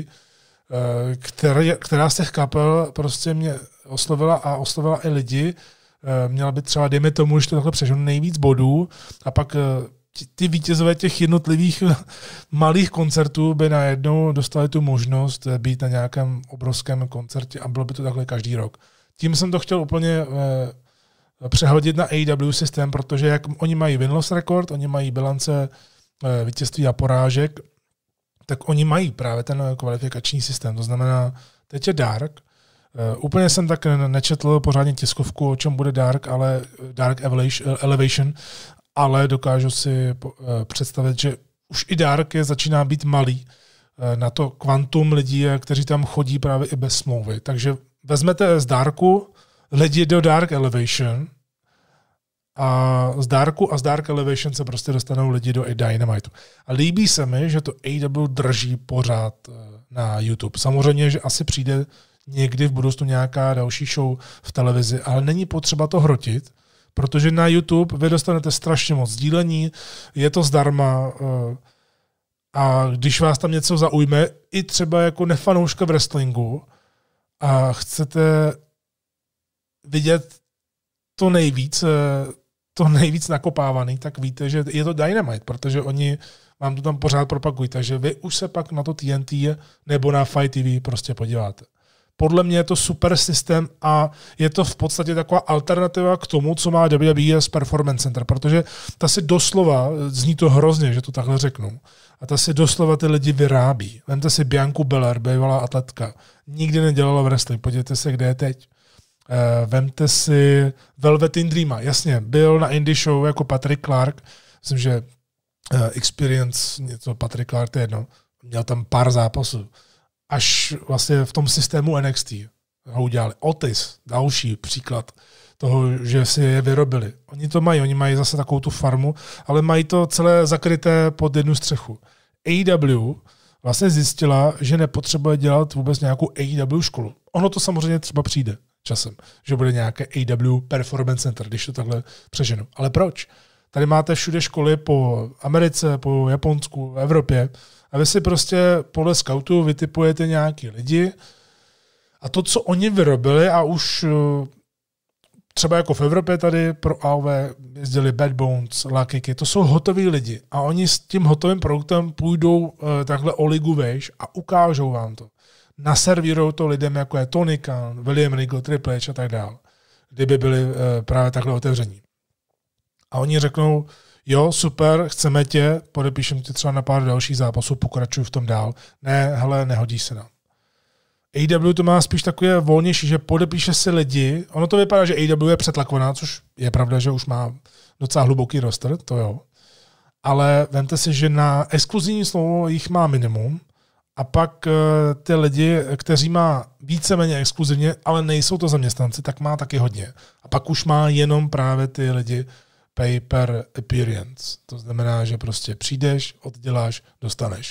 které, která z těch kapel prostě mě oslovila a oslovila i lidi. Měla by třeba, dejme tomu, že to takhle přeženu, nejvíc bodů a pak ty vítězové těch jednotlivých malých koncertů by najednou dostali tu možnost být na nějakém obrovském koncertě a bylo by to takhle každý rok. Tím jsem to chtěl úplně přehodit na A E W systém, protože jak oni mají win-loss record, oni mají bilance vítězství a porážek, tak oni mají právě ten kvalifikační systém. To znamená, teď je Dark. Úplně jsem tak nečetl pořádně tiskovku, o čem bude Dark, ale Dark Elevation, ale dokážu si představit, že už i Dark je, začíná být malý na to kvantum lidí, kteří tam chodí právě i bez smlouvy. Takže vezmete z Darku lidi do Dark Elevation a z Darku a z Dark Elevation se prostě dostanou lidi do Dynamitu. A líbí se mi, že to A E W drží pořád na YouTube. Samozřejmě, že asi přijde někdy v budoucnu nějaká další show v televizi, ale není potřeba to hrotit, protože na YouTube vy dostanete strašně moc sdílení, je to zdarma a když vás tam něco zaujme, i třeba jako nefanouška v wrestlingu a chcete vidět to nejvíc, to nejvíc nakopávaný, tak víte, že je to Dynamite, protože oni vám to tam pořád propagují, takže vy už se pak na to T N T nebo na Fight T V prostě podíváte. Podle mě je to super systém a je to v podstatě taková alternativa k tomu, co má W W E s Performance Center, protože ta si doslova, zní to hrozně, že to takhle řeknu, a ta si doslova ty lidi vyrábí. Vemte si Biancu Belair, bývalá atletka, nikdy nedělala wrestling, podívejte se, kde je teď. Vemte si Velveteen Dreama, jasně, byl na indie show jako Patrick Clark, myslím, že Experience, něco Patrick Clark, to je jedno, měl tam pár zápasů. Až vlastně v tom systému N X T ho udělali. Otis, další příklad toho, že si je vyrobili. Oni to mají, oni mají zase takovou tu farmu, ale mají to celé zakryté pod jednu střechu. A E W vlastně zjistila, že nepotřebuje dělat vůbec nějakou A E W školu. Ono to samozřejmě třeba přijde časem, že bude nějaké A E W Performance Center, když to takhle přeženu. Ale proč? Tady máte všude školy po Americe, po Japonsku, v Evropě a vy si prostě podle scoutů vytipujete nějaký lidi a to, co oni vyrobili a už třeba jako v Evropě tady pro A O V jezdili Bad Bones, Lucky, to jsou hotoví lidi a oni s tím hotovým produktem půjdou uh, takhle o ligu vejš a ukážou vám to. Naservírou to lidem, jako je Tony Khan, William Regal, Triple H a tak dále, kdyby byli uh, právě takhle otevření. A oni řeknou, jo, super, chceme tě, podepíšem tě třeba na pár dalších zápasů, pokračuju v tom dál. Ne, hele, nehodí se nám. A E W to má spíš takové volnější, že podepíše si lidi. Ono to vypadá, že A E W je přetlakovaná, což je pravda, že už má docela hluboký roster, to jo. Ale vemte si, že na exkluzivní slovo jich má minimum a pak ty lidi, kteří má víceméně exkluzivně, ale nejsou to zaměstnanci, tak má taky hodně. A pak už má jenom právě ty lidi pay per appearance. To znamená, že prostě přijdeš, odděláš, dostaneš.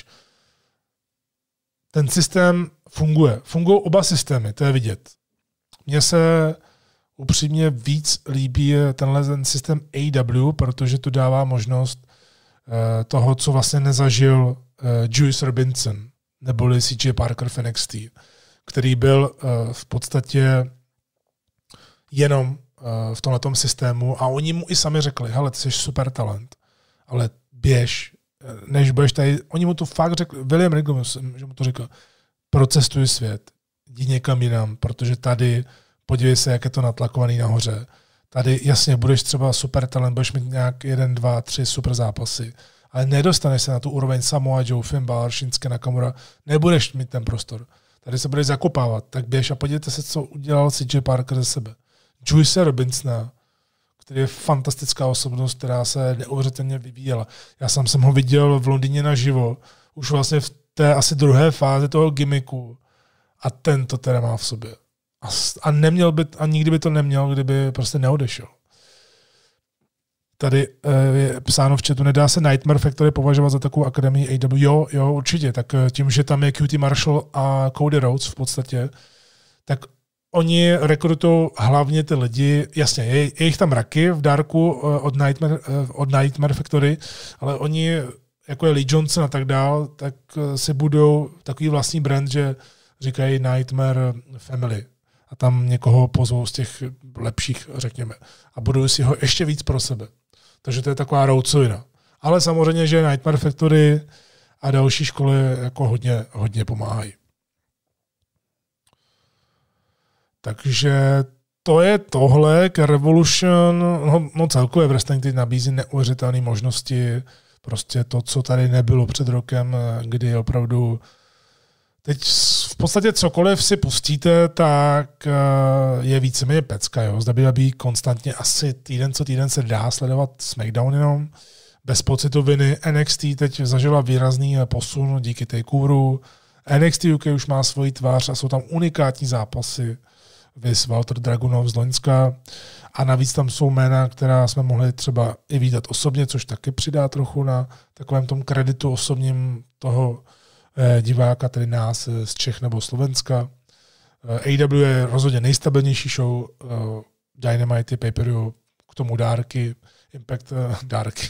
Ten systém funguje. Fungují oba systémy, to je vidět. Mně se upřímně víc líbí tenhle ten systém A W, protože to dává možnost toho, co vlastně nezažil Juice Robinson, neboli C J Parker v N X T, který byl v podstatě jenom v tomhletom systému a oni mu i sami řekli, hele, ty jsi super talent, ale běž, než budeš tady, oni mu to fakt řekli, William Regal, že mu to řekl, procestuj svět, jdi někam jinam, protože tady, podívej se, jak je to natlakovaný nahoře, tady jasně budeš třeba super talent, budeš mít nějak jeden, dva, tři super zápasy, ale nedostaneš se na tu úroveň Samoa Joe, Finn Balor, Shinsuke Nakamura, nebudeš mít ten prostor. Tady se budeš zakopávat, tak běž a podívejte se, co udělal C J Parker ze sebe. Juice Robinsona, který je fantastická osobnost, která se neuvěřitelně vyvíjela. Já sám jsem ho viděl v Londýně naživo, už vlastně v té asi druhé fázi toho gimmicku a ten to teda má v sobě. A, a neměl by, a nikdy by to neměl, kdyby prostě neodešel. Tady je psáno v chatu, nedá se Nightmare Factory považovat za takovou akademii A W. Jo, jo, určitě. Tak tím, že tam je Q T Marshall a Cody Rhodes v podstatě, tak oni rekrutují hlavně ty lidi, jasně, je, je jich tam raky v dárku od Nightmare, od Nightmare Factory, ale oni, jako je Lee Johnson a tak dál, tak si budou takový vlastní brand, že říkají Nightmare Family. A tam někoho pozvou z těch lepších, řekněme. A budou si ho ještě víc pro sebe. Takže to je taková Rhodesovina. Ale samozřejmě, že Nightmare Factory a další školy jako hodně, hodně pomáhají. Takže to je tohle k Revolution. No, no celkově wrestling teď nabízí neuvěřitelné možnosti. Prostě to, co tady nebylo před rokem, kdy opravdu teď v podstatě cokoliv si pustíte, tak je víceméně pecka. Jo? Z W W E konstantně asi týden co týden se dá sledovat SmackDown jenom. Bez pocitu viny. N X T teď zažila výrazný posun díky takeoveru. N X T U K už má svoji tvář a jsou tam unikátní zápasy. Viz Walter Dragunov z Loňska. A navíc tam jsou jména, která jsme mohli třeba i vidět osobně, což taky přidá trochu na takovém tom kreditu osobním toho diváka, tedy nás z Čech nebo Slovenska. A W je rozhodně nejstabilnější show, Dynamite, pay-per-view, k tomu dárky, Impact dárky.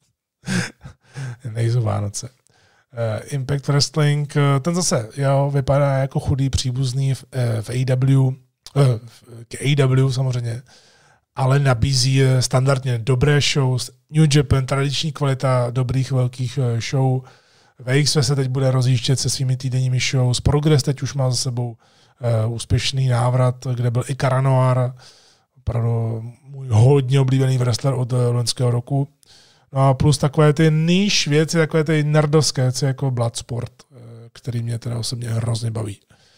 Nejsou Vánoce. Impact Wrestling, ten zase jo, vypadá jako chudý příbuzný v, v A W, k A W samozřejmě, ale nabízí standardně dobré shows, New Japan, tradiční kvalita dobrých velkých show. V X V se teď bude rozjíždět se svými týdenními shows. Progress teď už má za sebou uh, úspěšný návrat, kde byl i Karanoir, opravdu můj hodně oblíbený wrestler od uh, loňského roku. No a plus takové ty niche věci, takové ty nerdovské věci jako Bloodsport, uh, který mě teda osobně hrozně baví.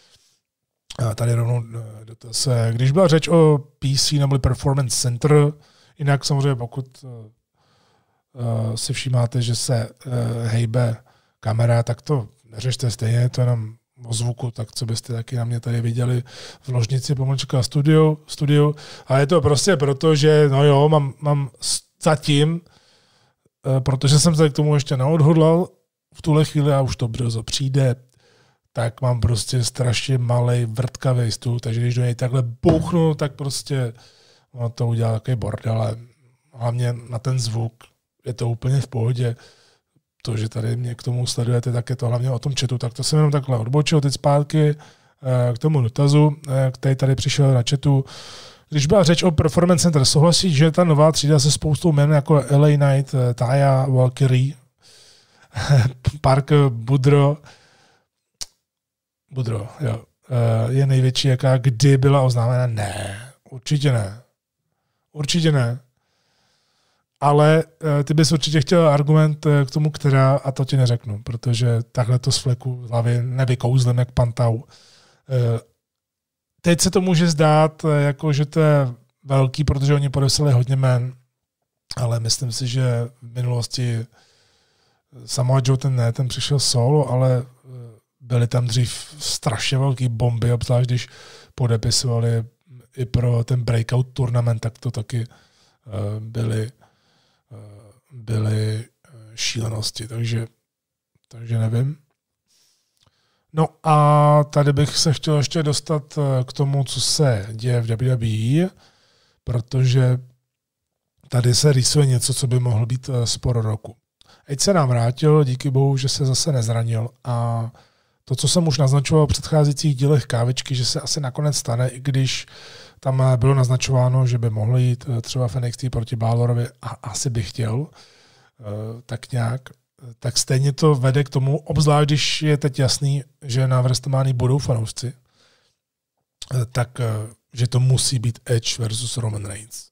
A tady rovnou dotaz. Když byla řeč o P C nebo Performance Center, jinak samozřejmě pokud uh, uh, si všímáte, že se uh, hejbe kamera, tak to neřešte stejně, je to jenom o zvuku, tak co byste taky na mě tady viděli v ložnici pomlčka studio, studio. A je to prostě proto, že no jo, mám, mám zatím, protože jsem se k tomu ještě neodhodlal v tuhle chvíli a už to brzo přijde, tak mám prostě strašně malej vrtkavý stůl, takže když do něj takhle bouchnu, tak prostě ono to udělá takový bordel, ale hlavně na ten zvuk je to úplně v pohodě. To, že tady mě k tomu sledujete, tak je to hlavně o tom chatu. Tak to jsem jenom takhle odbočil teď zpátky k tomu dotazu, který tady přišel na chatu. Když byla řeč o Performance Center, souhlasí, že ta nová třída se spoustou jmen jako L A Knight, Taya Valkyrie, Park Budro, Budro, jo, je největší, jaká kdy byla oznámena? Ne, určitě ne. Určitě ne. Ale ty bys určitě chtěl argument k tomu, která, a to ti neřeknu, protože takhle to z fleku v hlavě nevykouzlím jak Pantau. Teď se to může zdát, jako, že to je velký, protože oni podepsali hodně jmen, ale myslím si, že v minulosti Samoa Joe ten ne, ten přišel solo, ale byly tam dřív strašně velký bomby, obzvlášť když podepisovali i pro ten breakout tournament, tak to taky byly byly šílenosti, takže, takže nevím. No a tady bych se chtěl ještě dostat k tomu, co se děje v W W E, protože tady se rýsuje něco, co by mohl být spor roku. Edge se nám vrátil, díky bohu, že se zase nezranil a to, co jsem už naznačoval v předcházejících dílech Kávičky, že se asi nakonec stane, i když tam bylo naznačováno, že by mohl jít třeba v N X T proti Balorovi a asi by chtěl, tak nějak, tak stejně to vede k tomu, obzvlášť když je teď jasný, že na WrestleManii budou fanoušci, tak že to musí být Edge versus Roman Reigns.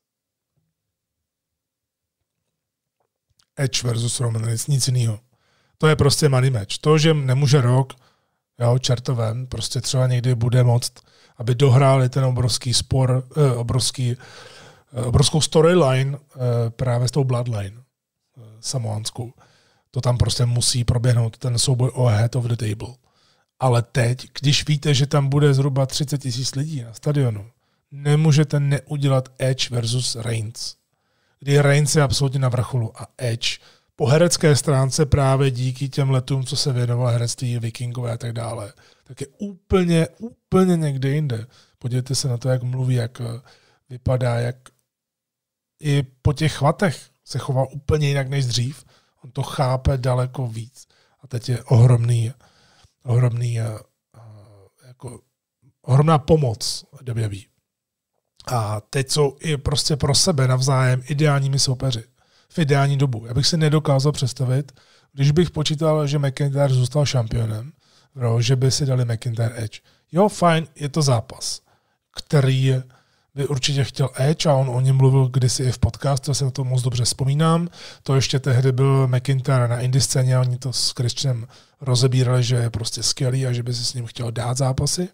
Edge versus Roman Reigns, nic jiného. To je prostě money match. To, že nemůže Rock, jo, čertovem, prostě třeba někdy bude moct, aby dohráli ten obrovský spor, eh, obrovský, eh, obrovskou storyline eh, právě s tou Bloodline eh, samoánskou. To tam prostě musí proběhnout, ten souboj o head of the table. Ale teď, když víte, že tam bude zhruba třicet tisíc lidí na stadionu, nemůžete neudělat Edge versus Reigns. Kdy Reigns je absolutně na vrcholu a Edge po herecké stránce právě díky těm letům, co se věnoval herectví, Vikingové a tak dále, tak je úplně, úplně někde jinde. Podívejte se na to, jak mluví, jak vypadá, jak i po těch chvatech se chová úplně jinak než dřív. On to chápe daleko víc. A teď je ohromný, ohromný jako ohromná pomoc W W E. A teď jsou i prostě pro sebe navzájem ideálními soupeři. V ideální dobu. Já bych si nedokázal představit, když bych počítal, že McIntyre zůstal šampionem, že by si dali McIntyre Edge. Jo, fajn, je to zápas, který by určitě chtěl Edge a on o něm mluvil kdysi i v podcastu, já se na to moc dobře vzpomínám. To ještě tehdy byl McIntyre na indie scéně a oni to s Christianem rozebírali, že je prostě skvělý a že by si s ním chtěl dát zápasy.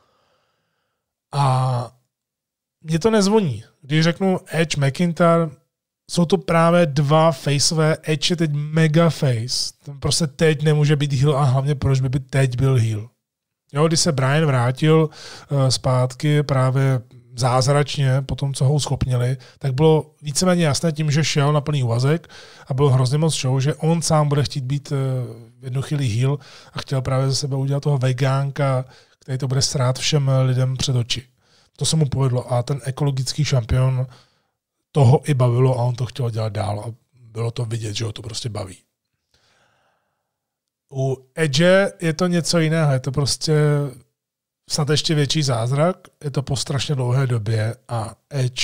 A mně to nezvoní. Když řeknu Edge, McIntyre, jsou to právě dva faceové. Edge je teď mega face. Ten prostě teď nemůže být heel a hlavně proč by teď byl heel. Jo, když se Brian vrátil uh, zpátky právě zázračně po tom, co ho schopnili, tak bylo víceméně jasné tím, že šel na plný úvazek a bylo hrozně moc show, že on sám bude chtít být uh, v jednu chvíli heel a chtěl právě ze sebe udělat toho vegánka, který to bude srát všem lidem před oči. To se mu povedlo a ten ekologický šampion toho i bavilo a on to chtěl dělat dál a bylo to vidět, že ho to prostě baví. U Edge je to něco jiného, je to prostě snad ještě větší zázrak, je to po strašně dlouhé době a Edge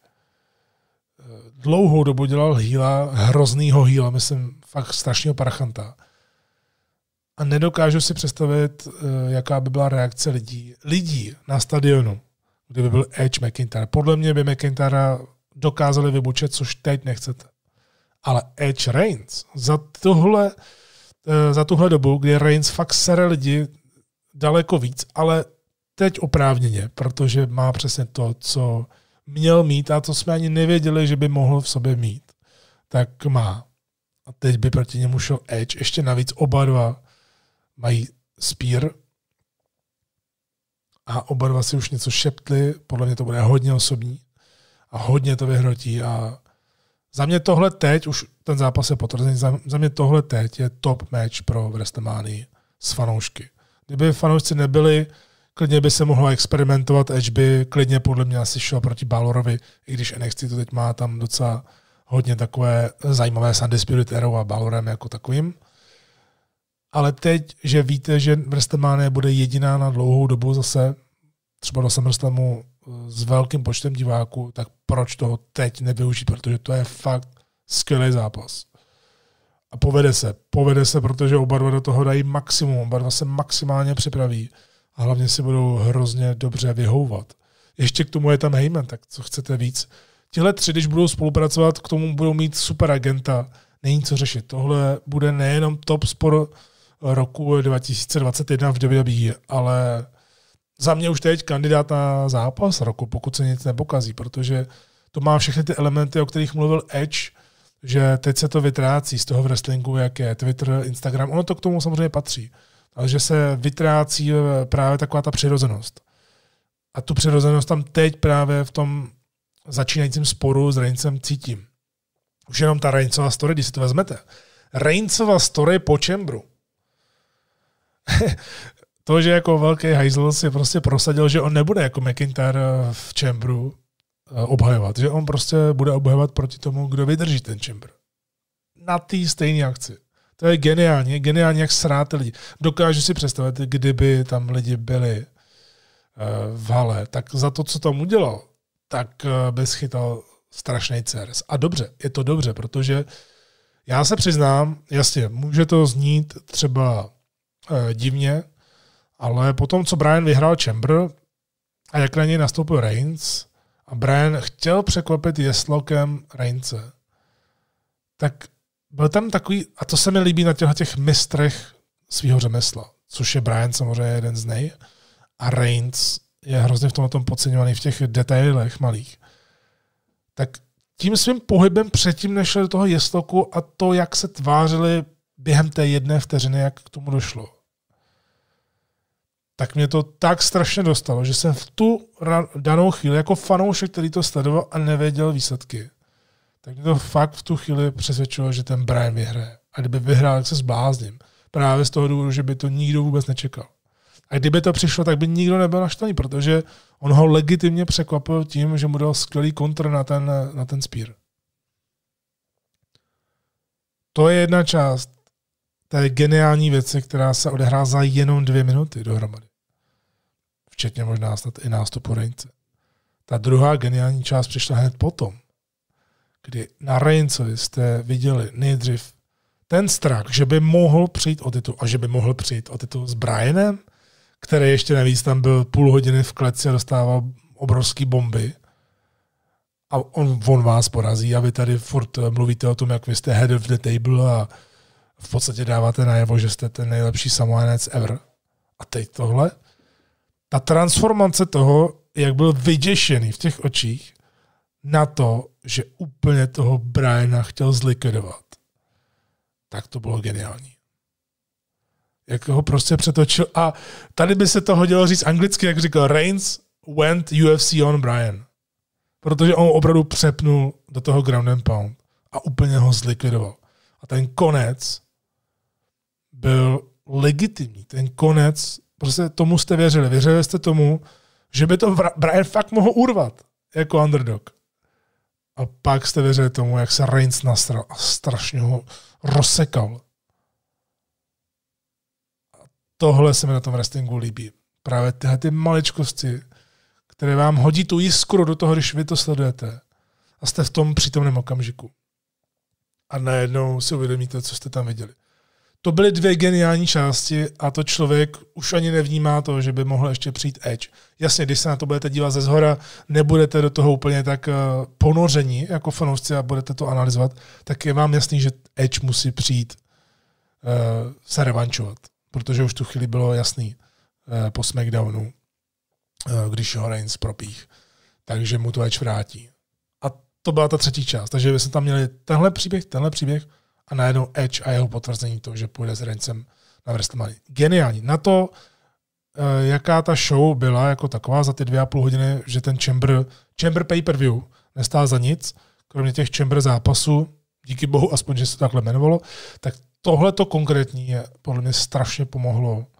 dlouhou dobu dělal heala, hroznýho heala, myslím fakt strašného parchanta. A nedokážu si představit, jaká by byla reakce lidí, lidí na stadionu, kdyby byl Edge McIntyre. Podle mě by McIntyre dokázali vybučet, což teď nechcete. Ale Edge Reigns za tuhle, za tuhle dobu, kdy Reigns fakt sere lidi daleko víc, ale teď oprávněně, protože má přesně to, co měl mít a co jsme ani nevěděli, že by mohl v sobě mít, tak má. A teď by proti němu šel Edge. Ještě navíc oba dva mají spear a oba dva si už něco šeptli. Podle mě to bude hodně osobní a hodně to vyhrotí. A za mě tohle teď, už ten zápas je potvrzený, za, za mě tohle teď je top match pro WrestleManii s fanoušky. Kdyby fanoušci nebyli, klidně by se mohlo experimentovat, Edge by klidně podle mě asi šel proti Balorovi, i když N X T to teď má tam docela hodně takové zajímavé s Undisputed Erou a Balorem jako takovým. Ale teď, že víte, že WrestleMania bude jediná na dlouhou dobu zase, třeba do SummerSlamu s velkým počtem diváků, tak proč toho teď nevyužít, protože to je fakt skvělý zápas. A povede se, povede se, protože oba dva do toho dají maximum, oba dva se maximálně připraví a hlavně si budou hrozně dobře vyhouvat. Ještě k tomu je tam Heyman, tak co chcete víc. Tihle tři, když budou spolupracovat, k tomu budou mít super agenta, není co řešit. Tohle bude nejenom top spor roku dva tisíce dvacet jedna v W W E, ale za mě už teď kandidát na zápas roku, pokud se nic nepokazí, protože to má všechny ty elementy, o kterých mluvil Edge, že teď se to vytrácí z toho wrestlingu, jak je Twitter, Instagram, ono to k tomu samozřejmě patří, ale že se vytrácí právě taková ta přirozenost. A tu přirozenost tam teď právě v tom začínajícím sporu s Reignsem cítím. Už jenom ta Reinsova story, když si to vezmete. Reinsova story po Chambru. To, že jako velký hajzl si prostě prosadil, že on nebude jako McIntyre v Chambru obhajovat. Že on prostě bude obhajovat proti tomu, kdo vydrží ten Chamber. Na té stejné akci. To je geniální. Geniální, jak sráte lidi. Dokážu si představit, kdyby tam lidi byli v hale, tak za to, co tam udělal, tak by schytal strašný cers. A dobře, je to dobře, protože já se přiznám, jasně, může to znít třeba eh, divně, ale potom, co Bryan vyhrál Chamber a jak na něj nastoupil Reigns a Bryan chtěl překvapit jestlokem Reignse, tak byl tam takový, a to se mi líbí na těchto těch mistrech svého řemesla, což je Bryan samozřejmě jeden z nej, a Reigns je hrozně v tomhle podceňovaný v těch detailech malých. Tak tím svým pohybem předtím nešli do toho jestloku a to, jak se tvářili během té jedné vteřiny, jak k tomu došlo. Tak mě to tak strašně dostalo, že jsem v tu danou chvíli jako fanoušek, který to sledoval a nevěděl výsledky, tak mě to fakt v tu chvíli přesvědčilo, že ten Bryan vyhraje. A kdyby vyhrál, tak se zblázním. Právě z toho důvodu, že by to nikdo vůbec nečekal. A kdyby to přišlo, tak by nikdo nebyl naštvaný, protože on ho legitimně překvapil tím, že mu dal skvělý kontr na ten, na ten spear. To je jedna část té geniální věci, která se odehrá za jenom dvě minuty dohromady. Včetně možná snad i nástupu Reignse. Ta druhá geniální část přišla hned potom, kdy na Reignsovi jste viděli nejdřív ten strach, že by mohl přijít o titul a že by mohl přijít o titul s Bryanem, který ještě navíc tam byl půl hodiny v kleci a dostával obrovský bomby. A on, on vás porazí a vy tady furt mluvíte o tom, jak vy jste head of the table a v podstatě dáváte najevo, že jste ten nejlepší samoanec ever. A teď tohle. Ta transformace toho, jak byl vyděšený v těch očích na to, že úplně toho Bryana chtěl zlikvidovat, tak to bylo geniální. Jak ho prostě přetočil. A tady by se to hodilo říct anglicky, jak říkal, Reigns went U F C on Bryan. Protože on opravdu přepnul do toho ground and pound a úplně ho zlikvidoval. A ten konec byl legitimní. Ten konec, prostě tomu jste věřili. Věřili jste tomu, že by to Bryan fakt mohl urvat jako underdog. A pak jste věřili tomu, jak se Reigns nasral a strašně ho rozsekal. Tohle se mi na tom wrestlingu líbí. Právě tyhle ty maličkosti, které vám hodí tu jiskru do toho, když vy to sledujete a jste v tom přítomném okamžiku. A najednou si uvědomíte, co jste tam viděli. To byly dvě geniální části a to člověk už ani nevnímá to, že by mohl ještě přijít Edge. Jasně, když se na to budete dívat ze zhora, nebudete do toho úplně tak ponoření jako fanoušci a budete to analyzovat, tak je vám jasný, že Edge musí přijít uh, se revančovat. Protože už tu chvíli bylo jasný eh, po SmackDownu, eh, když ho Reigns propích. Takže mu to Edge vrátí. A to byla ta třetí část. Takže jsme tam měli tenhle příběh, tenhle příběh a najednou Edge a jeho potvrzení to, že půjde s Reignsem na WrestleMania. Geniální. Na to, eh, jaká ta show byla jako taková za ty dvě a půl hodiny, že ten Chamber, Chamber pay-per-view nestál za nic, kromě těch Chamber zápasů, díky bohu, aspoň, že se to takhle jmenovalo, tak tohle to konkrétní je podle mě strašně pomohlo uh,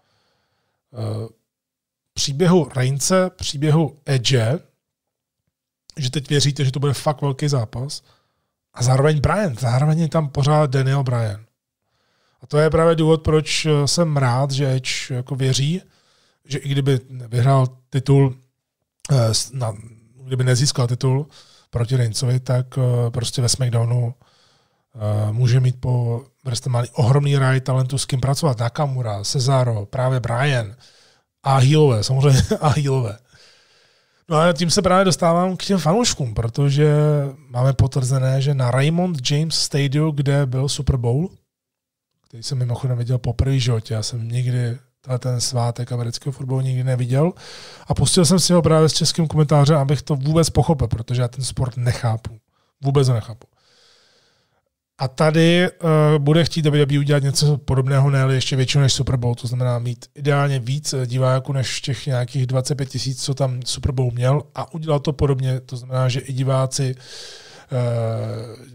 příběhu Reignse, příběhu Edge, že teď věříte, že to bude fakt velký zápas a zároveň Bryan, zároveň je tam pořád Daniel Bryan. A to je právě důvod, proč jsem rád, že Edge jako věří, že i kdyby vyhrál titul, uh, na, kdyby nezískal titul proti Reignsovi, tak uh, prostě ve SmackDownu Uh, může mít po WrestleMania ohromný ráj talentu, s kým pracovat. Nakamura, Cesaro, právě Bryan a heelové, samozřejmě a heelové. No a tím se právě dostávám k těm fanouškům, protože máme potvrzené, že na Raymond James Stadium, kde byl Super Bowl, který jsem mimochodem viděl poprvé v životě, já jsem nikdy ten svátek amerického fotbalu nikdy neviděl a pustil jsem si ho právě s českým komentářem, abych to vůbec pochopil, protože já ten sport nechápu. Vůbec ho nechápu. A tady uh, bude chtít W W E udělat něco podobného, ne, ale ještě většího než Super Bowl, to znamená mít ideálně víc diváků než těch nějakých dvacet pět tisíc, co tam Super Bowl měl a udělat to podobně, to znamená, že i diváci uh,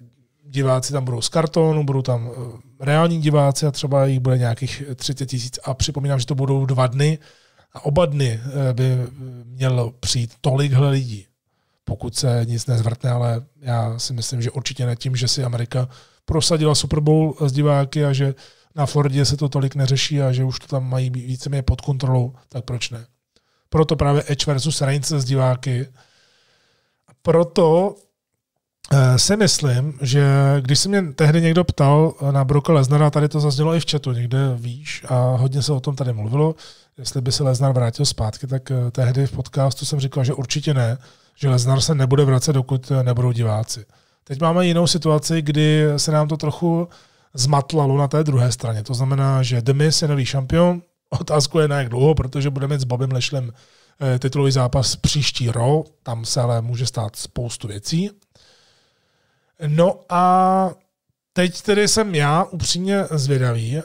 diváci tam budou z kartonu, budou tam reální diváci a třeba jich bude nějakých třicet tisíc a připomínám, že to budou dva dny a oba dny by mělo přijít tolikhle lidí, pokud se nic nezvrtne, ale já si myslím, že určitě ne tím, že si Amerika prosadila Super Bowl s diváky a že na Floridě se to tolik neřeší a že už to tam mají víceméně pod kontrolou, tak proč ne? Proto právě Edge versus Reigns s diváky. Proto si myslím, že když se mě tehdy někdo ptal na Brocka Lesnara, tady to zaznělo i v chatu, někde víš, a hodně se o tom tady mluvilo, jestli by se Lesnar vrátil zpátky, tak tehdy v podcastu jsem říkal, že určitě ne, že Lesnar se nebude vracet, dokud nebudou diváci. Teď máme jinou situaci, kdy se nám to trochu zmatlalo na té druhé straně. To znamená, že The Miz je nový šampion, otázku je na jak dlouho, protože budeme mít s Bobem Lashlem titulový zápas příští Raw, tam se ale může stát spoustu věcí. No a teď tedy jsem já upřímně zvědavý,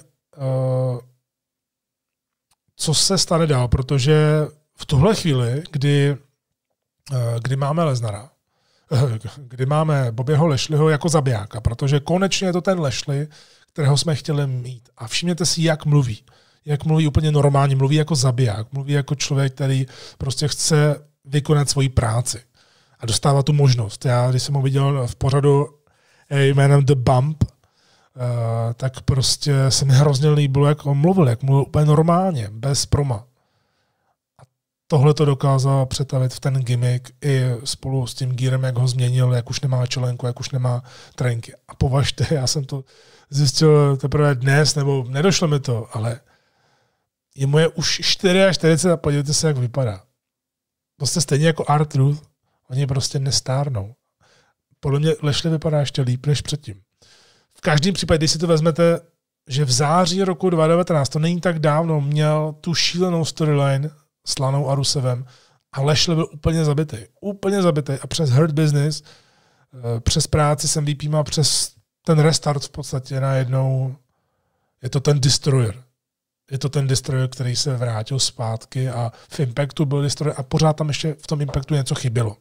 co se stane dál, protože v tuhle chvíli, kdy, kdy máme Lesnara, kdy máme Bobbyho Lashleyho jako zabijáka, protože konečně je to ten Lashley, kterého jsme chtěli mít. A všimněte si, jak mluví. Jak mluví úplně normálně, mluví jako zabiják, mluví jako člověk, který prostě chce vykonat svoji práci. A dostává tu možnost. Já, když jsem ho viděl v pořadu jménem The Bump, Uh, tak prostě se mi hrozně líbilo, jak on mluvil, jak mluvil úplně normálně, bez proma. A tohle to dokázal přetavit v ten gimmick i spolu s tím gírem, jak ho změnil, jak už nemá čelenku, jak už nemá trenky. A považte, já jsem to zjistil teprve dnes, nebo nedošlo mi to, ale je moje už čtyřicet čtyři a podívejte se, jak vypadá. Prostě stejně jako R-Truth, oni prostě nestárnou. Podle mě Lashley vypadá ještě líp než předtím. V každém případě, když si to vezmete, že v září roku dva tisíce devatenáct, to není tak dávno, měl tu šílenou storyline s Lanou a Rusevem a Lashley byl úplně zabitý. Úplně zabitý a přes Hurt Business, přes práci s M V P a přes ten restart v podstatě najednou je to ten Destroyer. Je to ten Destroyer, který se vrátil zpátky a v Impactu byl Destroyer a pořád tam ještě v tom Impactu něco chybělo.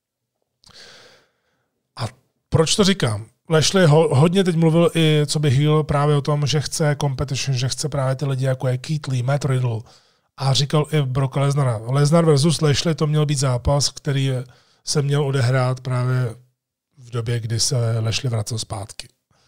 A proč to říkám? Lashley ho, hodně teď mluvil i, co by heel, právě o tom, že chce competition, že chce právě ty lidi, jako je Keith Lee, Matt Riddle. A říkal i Brocka Lesnara. Lesnar versus Lashley, to měl být zápas, který se měl odehrát právě v době, kdy se Lashley vracel zpátky.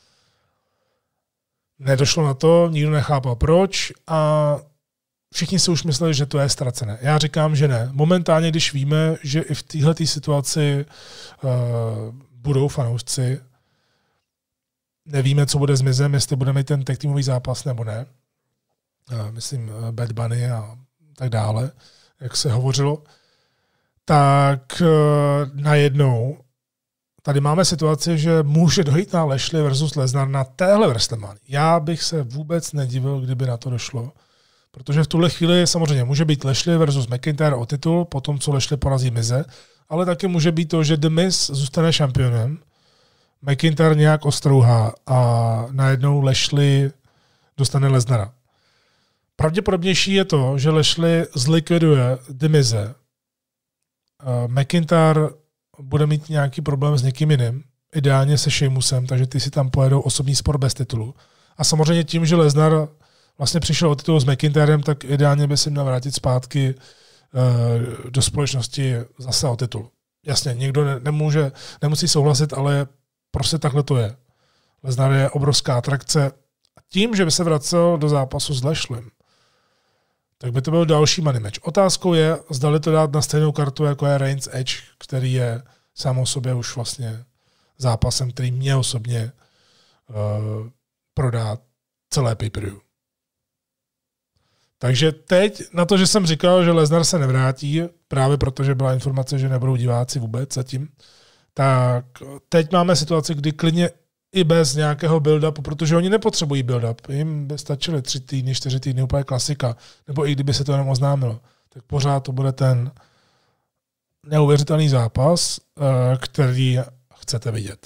Nedošlo na to, nikdo nechápal proč a všichni si už mysleli, že to je ztracené. Já říkám, že ne. Momentálně, když víme, že i v této situaci uh, budou fanoušci, nevíme, co bude s Mizem, jestli bude mít ten tag teamový zápas nebo ne. Myslím Bad Bunny a tak dále, jak se hovořilo. Tak najednou tady máme situaci, že může dojít na Lashley versus Lesnar na téhle WrestleMania. Já bych se vůbec nedivil, kdyby na to došlo. Protože v tuhle chvíli samozřejmě může být Lashley versus McIntyre o titul, potom co Lashley porazí Mize, ale taky může být to, že The Miz zůstane šampionem, McIntyre nějak ostrouhá a najednou Lashley dostane Lesnara. Pravděpodobnější je to, že Lashley zlikviduje The Mize. McIntyre bude mít nějaký problém s někým jiným, ideálně se Sheamusem, takže ty si tam pojedou osobní spor bez titulu. A samozřejmě tím, že Lesnar vlastně přišel o titul s McIntyrem, tak ideálně by se měl vrátit zpátky do společnosti zase o titul. Jasně, někdo ne, nemůže, nemusí souhlasit, ale prostě takhle to je. Lesnar je obrovská atrakce. A tím, že by se vracel do zápasu s Lashlem, tak by to byl další money match. Otázkou je, zdali to dát na stejnou kartu, jako je Reigns Edge, který je sám o sobě už vlastně zápasem, který mě osobně uh, prodá celé pay-per-view. Takže teď na to, že jsem říkal, že Lesnar se nevrátí, právě protože byla informace, že nebudou diváci vůbec zatím, tak teď máme situaci, kdy klidně i bez nějakého build-upu, protože oni nepotřebují build-up, jim by stačily tři týdny, čtyři týdny, úplně klasika, nebo i kdyby se to jenom oznámilo, tak pořád to bude ten neuvěřitelný zápas, který chcete vidět.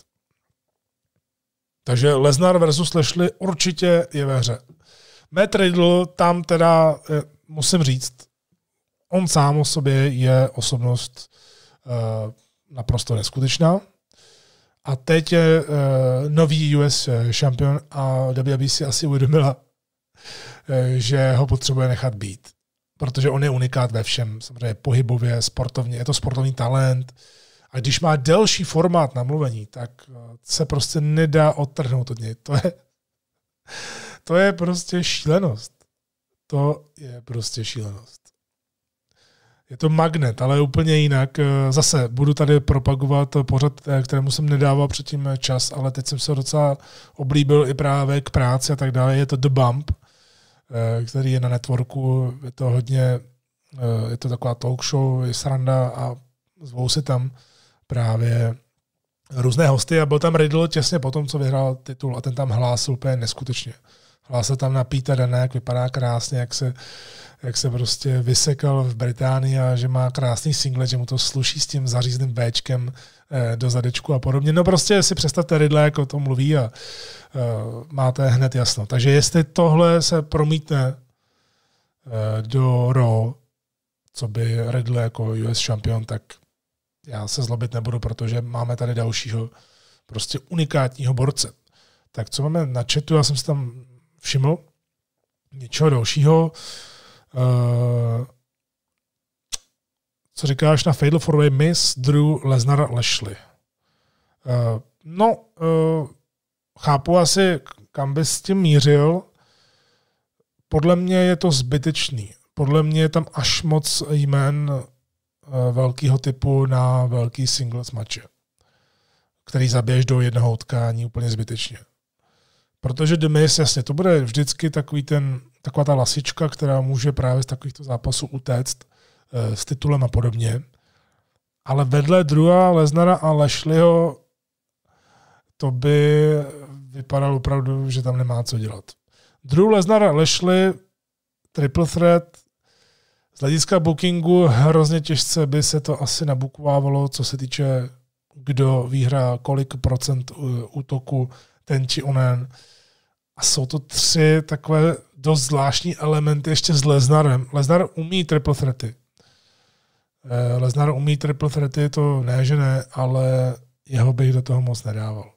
Takže Lesnar versus Lashley určitě je ve hře. Matt Riddle tam teda, musím říct, on sám o sobě je osobnost naprosto neskutečná. A teď je uh, nový U S šampion a W W E si asi uvědomila, že ho potřebuje nechat být. Protože on je unikát ve všem. Samozřejmě pohybově, sportovně, je to sportovní talent. A když má delší formát na mluvení, tak se prostě nedá odtrhnout od něj. To je, to je prostě šílenost. To je prostě šílenost. Je to magnet, ale úplně jinak. Zase budu tady propagovat pořad, kterému jsem nedával předtím čas, ale teď jsem se docela oblíbil i právě k práci a tak dále. Je to The Bump, který je na networku. Je to hodně, je to taková talk show, je sranda a zvou si tam právě různé hosty a byl tam Riddle těsně po tom, co vyhrál titul a ten tam hlásil úplně neskutečně. Hlásil tam na Pete Dunne, jak vypadá krásně, jak se, jak se prostě vysekal v Británii a že má krásný singlet, že mu to sluší s tím zařízným véčkem eh, do zadečku a podobně. No prostě si představte Riddle, jak o tom mluví a eh, máte hned jasno. Takže jestli tohle se promítne eh, do Raw, co by Riddle jako U S šampion, tak já se zlobit nebudu, protože máme tady dalšího prostě unikátního borce. Tak co máme na chatu, já jsem si tam všiml něčeho dalšího. Uh, co říkáš na Fatal four way Miz, Drew, Lesnar, Lashley? Uh, no, uh, chápu asi, kam bys s tím mířil. Podle mě je to zbytečný. Podle mě je tam až moc jmén velkého typu na velký singles matche, který zabiješ do jednoho utkání úplně zbytečně. Protože The Miz, jasně, to bude vždycky takový ten, taková ta lasička, která může právě z takovýchto zápasů utéct e, s titulem a podobně. Ale vedle Drewa, Lesnara a Lashleyho to by vypadalo opravdu, že tam nemá co dělat. Drew, Lesnar a Lashley, triple threat, z hlediska bookingu hrozně těžce by se to asi nabukovávalo, co se týče, kdo vyhrá kolik procent útoku, ten či onen. A jsou to tři takové dost zvláštní elementy ještě s Lesnarem. Lesnar umí triple threaty. Lesnar umí triple threaty, to ne, že ne, ale jeho bych do toho moc nedával.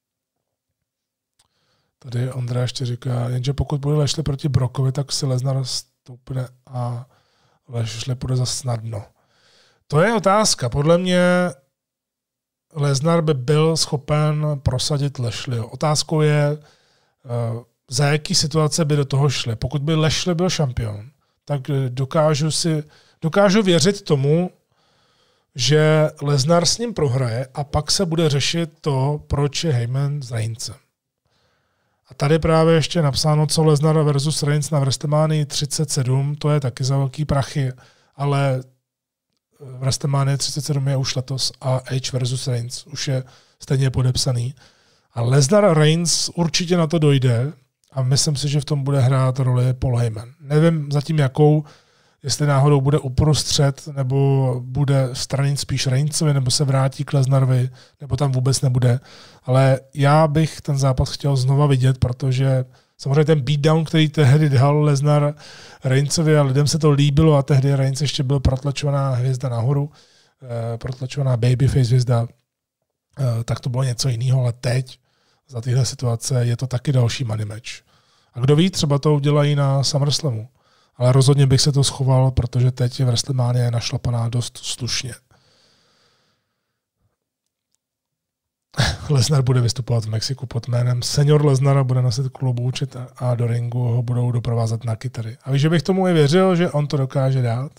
Tady Ondra ještě říká, jenže pokud bude Lashley proti Brockovi, tak si Lesnar stoupne a Lashley půjde za snadno. To je otázka. Podle mě Lesnar by byl schopen prosadit Lashleyho. Otázkou je, za jaký situace by do toho šli. Pokud by Lashley byl šampion, tak dokážu si dokážu věřit tomu, že Lesnar s ním prohraje a pak se bude řešit to, proč je Heyman s Reincem. A tady právě ještě napsáno, co Lesnar versus Reigns na WrestleMania třicet sedm, to je taky za velký prachy, ale WrestleMania třicet sedm je už letos a Edge versus Reigns už je stejně podepsaný. A Lesnar a Reigns určitě na to dojde a myslím si, že v tom bude hrát roli Paul Heyman. Nevím zatím jakou, jestli náhodou bude uprostřed, nebo bude stranit spíš Reignsovi, nebo se vrátí k Lesnarovi, nebo tam vůbec nebude. Ale já bych ten zápas chtěl znova vidět, protože samozřejmě ten beatdown, který tehdy dal Lesnar Reignsovi a lidem se to líbilo a tehdy Reigns ještě byl protlačovaná hvězda nahoru, eh, protlačovaná babyface hvězda, eh, tak to bylo něco jiného, ale teď za téhle situace je to taky další money match. A kdo ví, třeba to udělají na SummerSlamu. Ale rozhodně bych se to schoval, protože teď je WrestleMania našlapaná dost slušně. Lesnar bude vystupovat v Mexiku pod jménem Senior Lesnar, bude nosit klobouček a do ringu ho budou doprovázet na kytary. A víš, že bych tomu i věřil, že on to dokáže dát?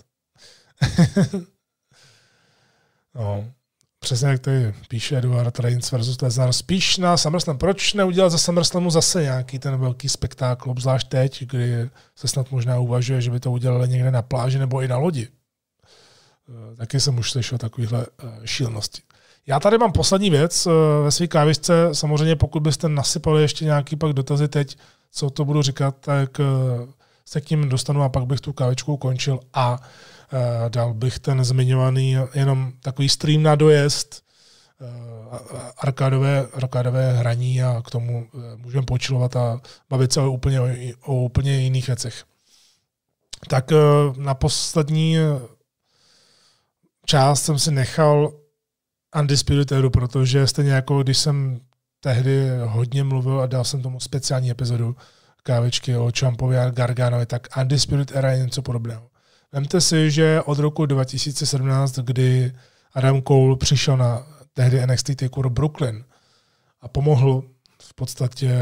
No, přesně jak tady píše Eduard Reigns versus Lesnar. Spíš na SummerSlam. Proč neudělat za SummerSlamu zase nějaký ten velký spektákl, obzvlášť teď, kdy se snad možná uvažuje, že by to udělali někde na pláži nebo i na lodi. Taky jsem už slyšel takovýhle šílenosti. Já tady mám poslední věc ve své kávičce. Samozřejmě pokud byste nasypali ještě nějaký pak dotazy teď, co to budu říkat, tak se k ním dostanu a pak bych tu kávičku ukončil a dal bych ten zmiňovaný jenom takový stream na dojezd, arkádové, arkádové hraní a k tomu můžeme počilovat a bavit se o úplně, o úplně jiných věcech. Tak na poslední část jsem si nechal Undisputed Era, protože stejně jako když jsem tehdy hodně mluvil a dal jsem tomu speciální epizodu kávičky o Ciampovi a Garganovi, tak Undisputed Era je něco podobného. Vemte si, že od roku dva tisíce sedmnáct, kdy Adam Cole přišel na tehdy N X T TakeOver Brooklyn a pomohl v podstatě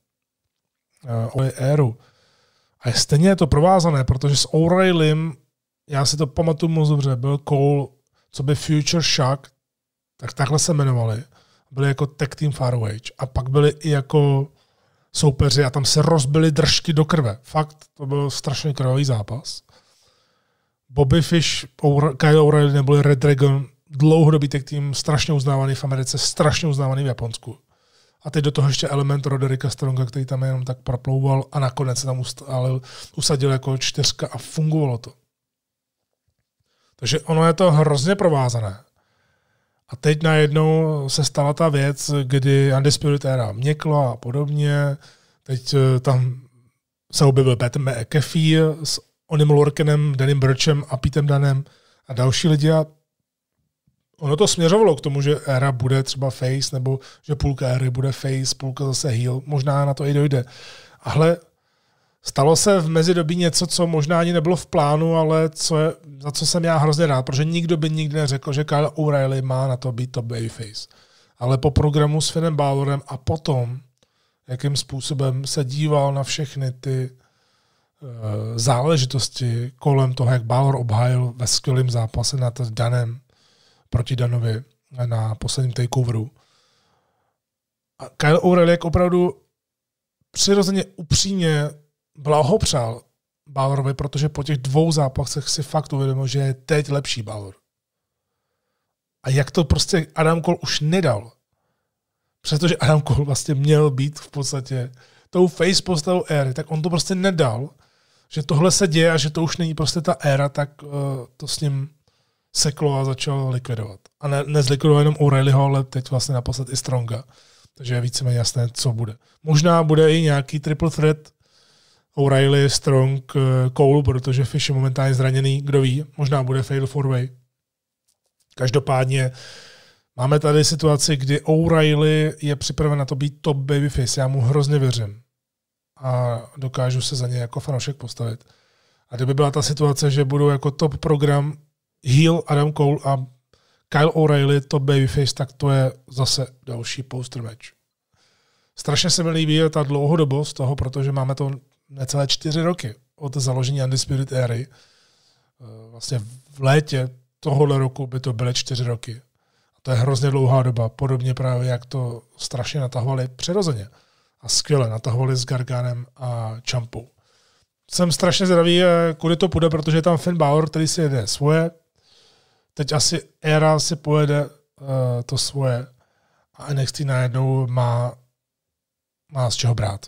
uh, éru. A stejně je to provázané, protože s O'Reillym, já si to pamatuju moc dobře, byl Cole, co by Future Shock, tak takhle se jmenovali. Byli jako tag team Farawage. A pak byli i jako soupeři a tam se rozbili držky do krve. Fakt, to byl strašně krvavý zápas. Bobby Fish, Kyle O'Reilly neboli Red Dragon, dlouhodobý tag team, strašně uznávaný v Americe, strašně uznávaný v Japonsku. A teď do toho ještě element Rodericka Stronga, který tam jenom tak proplouval a nakonec se tam ustálil, usadil jako čtyřka a fungovalo to. Takže ono je to hrozně provázané. A teď najednou se stala ta věc, kdy Undisputed Era měkla a podobně. Teď tam se objevil Pat McAfee s Onim Lorcanem, Dannym Burchem a Petem Dunnem a další lidi. A ono to směřovalo k tomu, že éra bude třeba face, nebo že půlka éry bude face, půlka zase heel. Možná na to i dojde. Ale stalo se v mezidobí něco, co možná ani nebylo v plánu, ale co je, za co jsem já hrozně rád, protože nikdo by nikdy neřekl, že Kyle O'Reilly má na to být top babyface. Ale po programu s Finnem Balorem a potom, jakým způsobem se díval na všechny ty uh, záležitosti kolem toho, jak Balor obhájil ve skvělém zápase nad Danem proti Danovi na posledním takeoveru. A Kyle O'Reilly jak opravdu přirozeně upřímně blahopřál Balorovi, protože po těch dvou zápasech si fakt uvědomil, že je teď lepší Balor. A jak to prostě Adam Cole už nedal. Přestože Adam Cole vlastně měl být v podstatě tou face postavou éry, tak on to prostě nedal, že tohle se děje a že to už není prostě ta éra, tak uh, to s ním seklo a začal likvidovat. A ne, nezlikvidoval jenom O'Reillyho, ale teď vlastně naposled i Stronga. Takže je víceméně jasné, co bude. Možná bude i nějaký triple threat O'Reilly, Strong, Cole, protože Fish je momentálně zraněný, kdo ví, možná bude fatal four way. Každopádně máme tady situaci, kdy O'Reilly je připraven na to být top babyface. Já mu hrozně věřím. A dokážu se za ně jako fanoušek postavit. A kdyby byla ta situace, že budou jako top program heel Adam Cole a Kyle O'Reilly top babyface, tak to je zase další poster match. Strašně se mi líbí ta dlouhodobost toho, protože máme to necelé čtyři roky od založení Undisputed Ery. Vlastně v létě tohohle roku by to byly čtyři roky. A to je hrozně dlouhá doba. Podobně právě, jak to strašně natahovali přirozeně. A skvěle natahovali s Garganem a Ciampou. Jsem strašně zvědavý, kudy to půjde, protože je tam Finn Balor, který si jede svoje. Teď asi éra si pojede uh, to svoje. A N X T najednou má, má z čeho brát.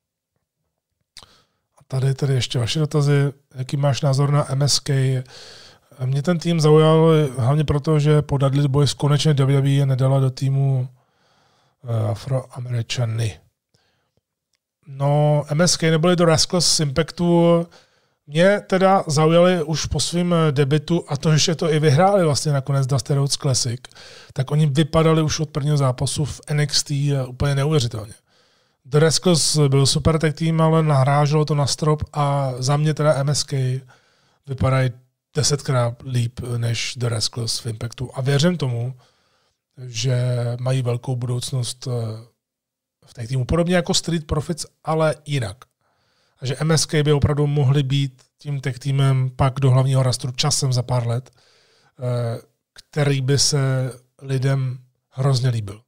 A tady, tady ještě vaše dotazy. Jaký máš názor na M S K? Mě ten tým zaujal hlavně proto, že po Dudley Boys konečně W W E nedala do týmu uh, Afroameričany. No, M S K neboli do Rascals z Impactu. Mě teda zaujali už po svém debutu a to, že to i vyhráli vlastně nakonec Dusty Rhodes Classic, tak oni vypadali už od prvního zápasu v N X T úplně neuvěřitelně. The Rascals byl super tag tým, ale nahráželo to na strop a za mě teda M S K vypadají desetkrát líp než The Rascals v Impactu. A věřím tomu, že mají velkou budoucnost v tag týmu. Podobně jako Street Profits, ale jinak. A že M S K by opravdu mohli být tím tag týmem pak do hlavního rastru časem za pár let, který by se lidem hrozně líbil.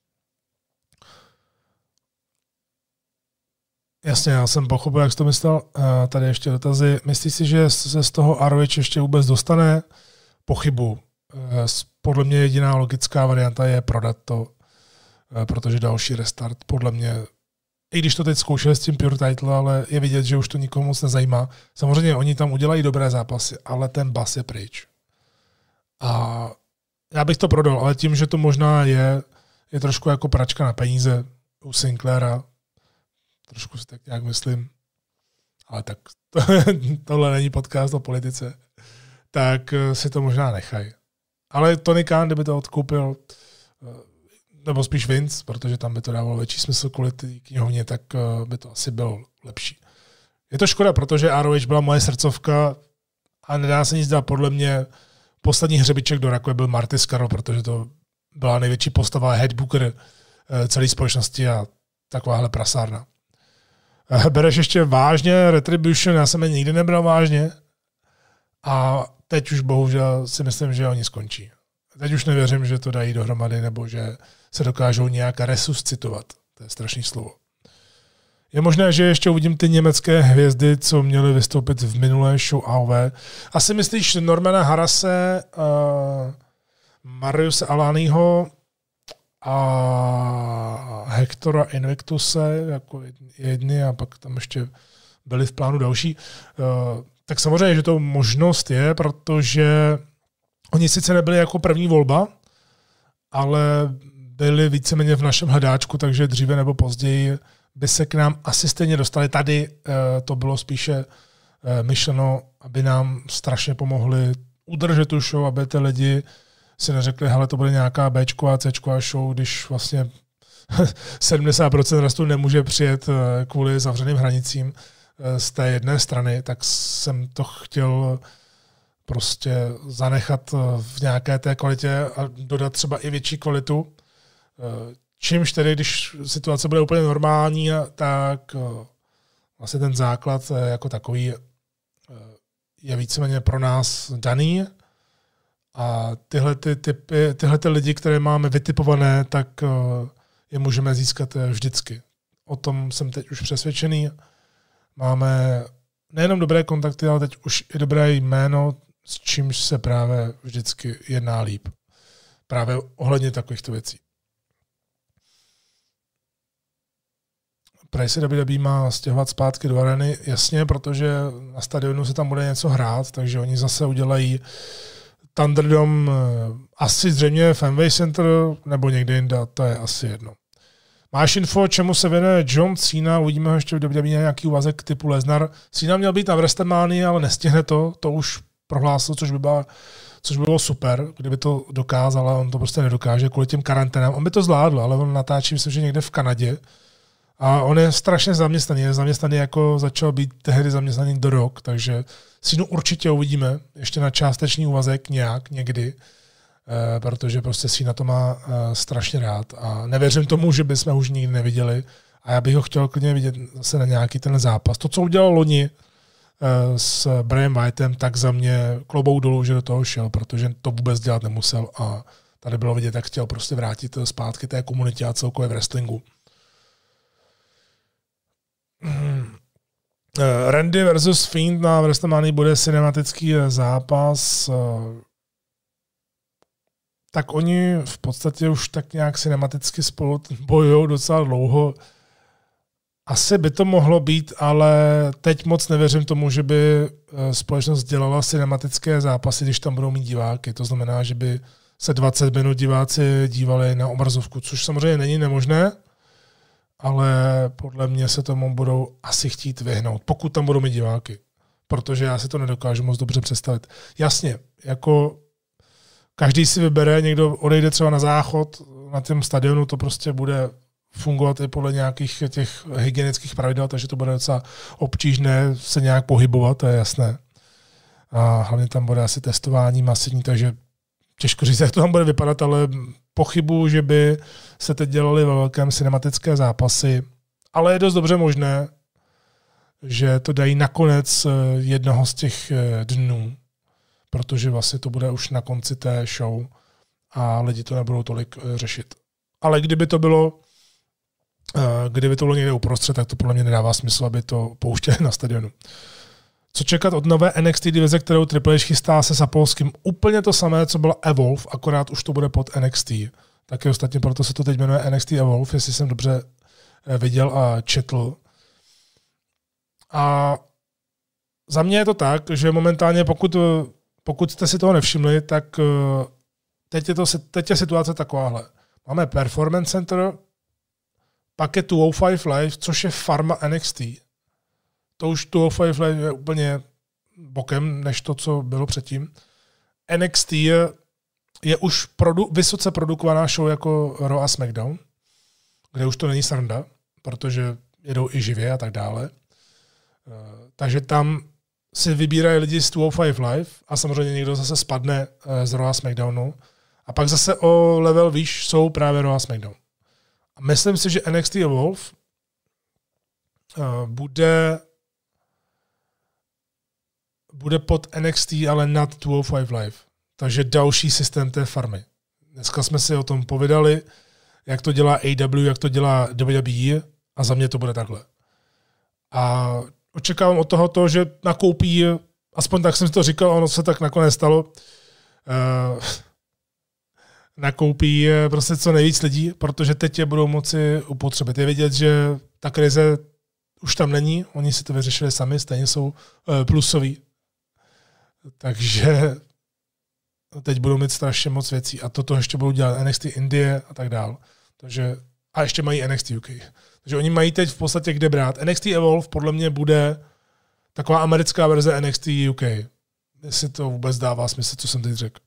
Jasně, já jsem pochopil, jak jsi to myslel. Tady ještě dotazy. Myslíš si, že se z toho R O H ještě vůbec dostane? Pochybu. Podle mě jediná logická varianta je prodat to, protože další restart podle mě, i když to teď zkoušeli s tím Pure Title, ale je vidět, že už to nikomu moc nezajímá. Samozřejmě oni tam udělají dobré zápasy, ale ten bas je pryč. A já bych to prodal, ale tím, že to možná je, je trošku jako pračka na peníze u Sinclaira. Trošku si tak nějak myslím. Ale tak to, tohle není podcast o politice. Tak si to možná nechají. Ale Tony Khan, kdyby to odkoupil, nebo spíš Vince, protože tam by to dávalo větší smysl kvůli té knihovně, tak by to asi bylo lepší. Je to škoda, protože R O H byla moje srdcovka a nedá se nic dát. Podle mě poslední hřebiček do rakve byl Marty Scurll, protože to byla největší postava headbooker celé společnosti a takováhle prasárna. Bereš ještě vážně Retribution, já jsem je nikdy nebral vážně a teď už bohužel si myslím, že oni skončí. Teď už nevěřím, že to dají dohromady nebo že se dokážou nějak resuscitovat. To je strašný slovo. Je možné, že ještě uvidím ty německé hvězdy, co měly vystoupit v minulé show A O V. Asi myslíš Normana Harase, uh, Mariuse Alaniho a Hectora Invictuse jako jedny a pak tam ještě byly v plánu další. Uh, tak samozřejmě, že to možnost je, protože oni sice nebyli jako první volba, ale byli víceméně v našem hledáčku, takže dříve nebo později by se k nám asi stejně dostali. Tady uh, to bylo spíše uh, myšleno, aby nám strašně pomohli udržet tu show, aby ty lidi si neřekli, hele, to bude nějaká Bčková, Cčková show, když vlastně sedmdesát procent rastu nemůže přijet uh, kvůli zavřeným hranicím uh, z té jedné strany, tak jsem to chtěl prostě zanechat v nějaké té kvalitě a dodat třeba i větší kvalitu. Uh, Čímž tedy, když situace bude úplně normální, tak vlastně ten základ jako takový je víceméně pro nás daný a tyhle, ty typy, tyhle ty lidi, které máme vytipované, tak je můžeme získat vždycky. O tom jsem teď už přesvědčený. Máme nejenom dobré kontakty, ale teď už i dobré jméno, s čímž se právě vždycky jedná líp. Právě ohledně takovýchto věcí. Prej se W W E má stěhovat zpátky do areny, jasně, protože na stadionu se tam bude něco hrát, takže oni zase udělají Thunderdome asi zřejmě v Fenway Center nebo někde jinde, to je asi jedno. Máš info, čemu se věnuje John Cena, uvidíme ho ještě v W W E nějaký úvazek typu Lesnar. Cena měl být na WrestleManii, ale nestihne to, to už prohlásil, což by, byla, což by bylo super, kdyby to dokázal, ale on to prostě nedokáže kvůli těm karanténám. On by to zvládl, ale on natáčí, myslím, že někde v Kanadě. A on je strašně zaměstnaný, je zaměstnaný jako začal být tehdy zaměstnaný do rok, takže Cenu určitě uvidíme ještě na částečný úvazek nějak, někdy, eh, protože prostě Cena to má eh, strašně rád a nevěřím tomu, že bychom už nikdy neviděli a já bych ho chtěl klidně vidět zase na nějaký ten zápas. To, co udělal loni eh, s Brianem Whiteem, tak za mě klobouk dolů, že do toho šel, protože to vůbec dělat nemusel a tady bylo vidět, jak chtěl prostě vrátit zpátky té komunitě a celkově v wrestlingu. Randy versus Fiend na WrestleMania bude cinematický zápas. Tak oni v podstatě už tak nějak cinematicky spolu bojují docela dlouho. Asi by to mohlo být, ale teď moc nevěřím tomu, že by společnost dělala cinematické zápasy, když tam budou mít diváky. To znamená, že by se dvacet minut diváci dívali na obrazovku, což samozřejmě není nemožné, ale podle mě se tomu budou asi chtít vyhnout, pokud tam budou mít diváky. Protože já si to nedokážu moc dobře představit. Jasně, jako každý si vybere, někdo odejde třeba na záchod, na tom stadionu to prostě bude fungovat i podle nějakých těch hygienických pravidel, takže to bude docela obtížné se nějak pohybovat, to je jasné. A hlavně tam bude asi testování masivní, takže těžko říct, jak to tam bude vypadat, ale pochybuju, že by se teď dělaly ve velkém cinematické zápasy, ale je dost dobře možné, že to dají nakonec jednoho z těch dnů, protože vlastně to bude už na konci té show a lidi to nebudou tolik řešit. Ale kdyby to bylo, kdyby to bylo někde uprostřed, tak to podle mě nedává smysl, aby to pouštěli na stadionu. Co čekat od nové N X T divize, kterou Triple H chystá se Sapolským? Úplně to samé, co byla Evolve, akorát už to bude pod N X T. Taky ostatně proto se to teď jmenuje N X T Evolve, jestli jsem dobře viděl a četl. A za mě je to tak, že momentálně, pokud, pokud jste si toho nevšimli, tak teď je, to, teď je situace takováhle. Máme Performance Center, pak je dvě stě pět Live, což je farma N X T. To už dvě stě pět Live je úplně bokem, než to, co bylo předtím. N X T je už produ- vysoce produkovaná show jako Raw a SmackDown, kde už to není sranda, protože jedou i živě a tak dále. Takže tam si vybírají lidi z dvě stě pět Live a samozřejmě někdo zase spadne z Raw a SmackDownu. A pak zase o level výš jsou právě Raw a SmackDown. A myslím si, že N X T Evolve bude bude pod N X T, ale nad dvě stě pět Live. Takže další systém té farmy. Dneska jsme si o tom povídali, jak to dělá A W, jak to dělá W W E a za mě to bude takhle. A očekávám od toho to, že nakoupí, aspoň tak jsem si to říkal, ono se tak nakonec stalo, uh, nakoupí prostě co nejvíc lidí, protože teď je budou moci upotřebit. Je vidět, že ta krize už tam není, oni si to vyřešili sami, stejně jsou uh, plusoví. Takže teď budou mít strašně moc věcí a toto ještě budou dělat N X T Indie a tak dál. Takže, a ještě mají N X T U K. Takže oni mají teď v podstatě kde brát. N X T Evolve podle mě bude taková americká verze N X T U K. Jestli to vůbec dává smysl, co jsem teď řekl.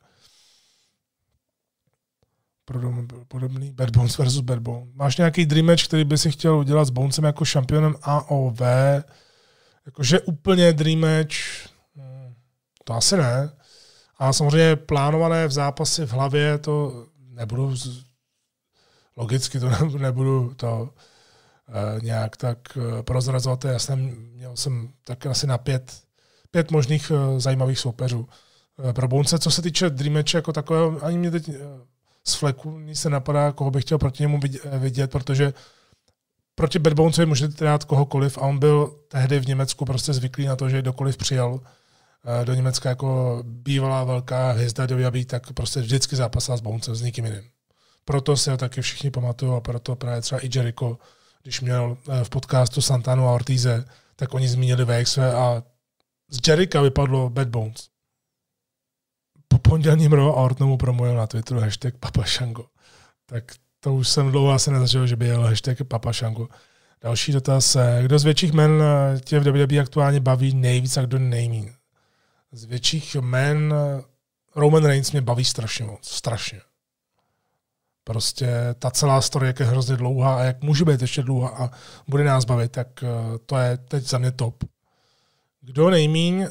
Podobný Bad Bones versus Bad Bones. Máš nějaký dream match, který by si chtěl udělat s Bonesem jako šampionem A O V? Jakože úplně dream match? To asi ne. A samozřejmě plánované v zápasy v hlavě to nebudu, logicky to nebudu to uh, nějak tak uh, prozrazovat. Já jsem měl jsem tak asi na pět, pět možných uh, zajímavých soupeřů. Uh, pro Bonese, co se týče dream matche jako takového, ani mě teď uh, z fleku nic se napadá, koho bych chtěl proti němu vidět, protože proti Bad Bonesovi můžete dát kohokoliv a on byl tehdy v Německu prostě zvyklý na to, že kdokoliv přijal do Německa jako bývalá velká hvězda W W E, tak prostě vždycky zápasila s Bonesem, s nikým jiným. Proto si ho taky všichni pamatují a proto právě třeba i Jericho, když měl v podcastu Santanu a Ortize, tak oni zmínili V X V a z Jericha vypadlo Bad Bones. Po pondělním Raw a Orton mu promluvil na Twitteru hashtag Papa Shango. Tak to už jsem dlouho asi nezažil, že by jel hashtag Papa Shango. Další dotaz. Kdo z větších men tě v W W E aktuálně baví nejvíc a kdo nejmíň? Z větších men Roman Reigns mě baví strašně moc. Strašně. Prostě ta celá story, jak je hrozně dlouhá a jak může být ještě dlouhá a bude nás bavit, tak to je teď za mě top. Kdo nejmíň? Uh,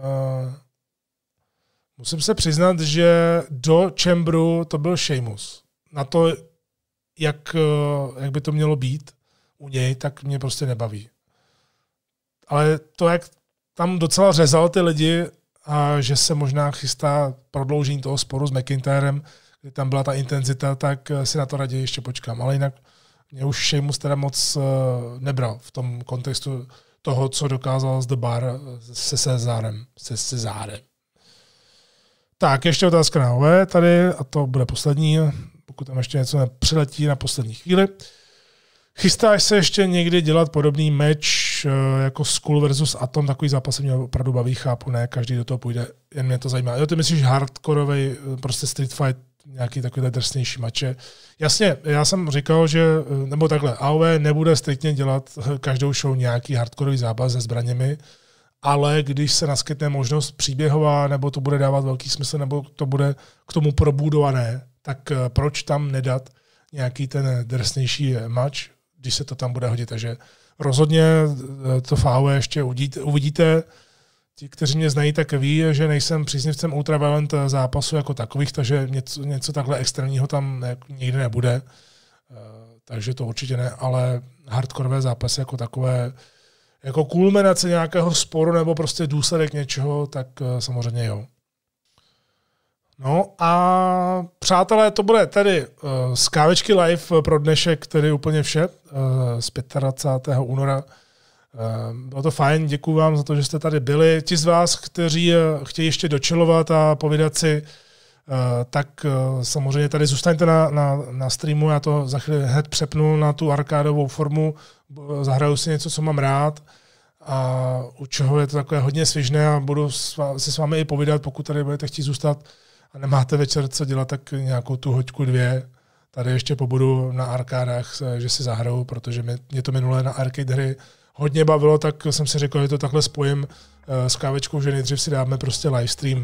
musím se přiznat, že do Chamberu to byl Sheamus. Na to, jak, jak by to mělo být u něj, tak mě prostě nebaví. Ale to, jak tam docela řezal ty lidi a že se možná chystá prodloužení toho sporu s McIntyrem, kdy tam byla ta intenzita, tak si na to raději ještě počkám. Ale jinak mě už Sheamus teda moc nebral v tom kontextu toho, co dokázal z The Bar se Cezárem. Se Cezárem. Tak, ještě otázka na O V tady, a to bude poslední, pokud tam ještě něco nepřiletí na poslední chvíli. Chystáš se ještě někdy dělat podobný match jako Skull versus Atom, takový zápas mě opravdu baví, chápu, ne, každý do toho půjde, jen mě to zajímá. Jo, ty myslíš hardkorovej, prostě street fight, nějaký takovýhle drsnější mače. Jasně, já jsem říkal, že, nebo takhle, A O V nebude striktně dělat každou show nějaký hardkorový zápas se zbraněmi, ale když se naskytne možnost příběhová, nebo to bude dávat velký smysl, nebo to bude k tomu probudované, tak proč tam nedat nějaký ten drsnější match, když se to tam bude hodit. Takže rozhodně to v A O V ještě uvidíte. uvidíte. Ti, kteří mě znají, tak ví, že nejsem příznivcem ultraviolent zápasu jako takových, takže něco, něco takhle extrémního tam nikdy nebude. Takže to určitě ne, ale hardkorové zápasy jako takové, jako kulminace nějakého sporu nebo prostě důsledek něčeho, tak samozřejmě jo. No a přátelé, to bude tedy uh, z Kávečky live pro dnešek, tedy úplně vše, uh, z dvacátého pátého února. Uh, bylo to fajn, děkuju vám za to, že jste tady byli. Ti z vás, kteří uh, chtějí ještě dočilovat a povídat si, uh, tak uh, samozřejmě tady zůstaňte na, na, na streamu, já to za chvíli hned přepnu na tu arkádovou formu, zahraju si něco, co mám rád a u čeho je to takové hodně svižné a budu si s vámi i povídat, pokud tady budete chtít zůstat a nemáte večer co dělat, tak nějakou tu hoďku dvě. Tady ještě pobudu na arkádách, že si zahraju, protože mě, mě to minulé na arcade hry hodně bavilo, tak jsem si řekl, že to takhle spojím s Kávečkou, že nejdřív si dáme prostě livestream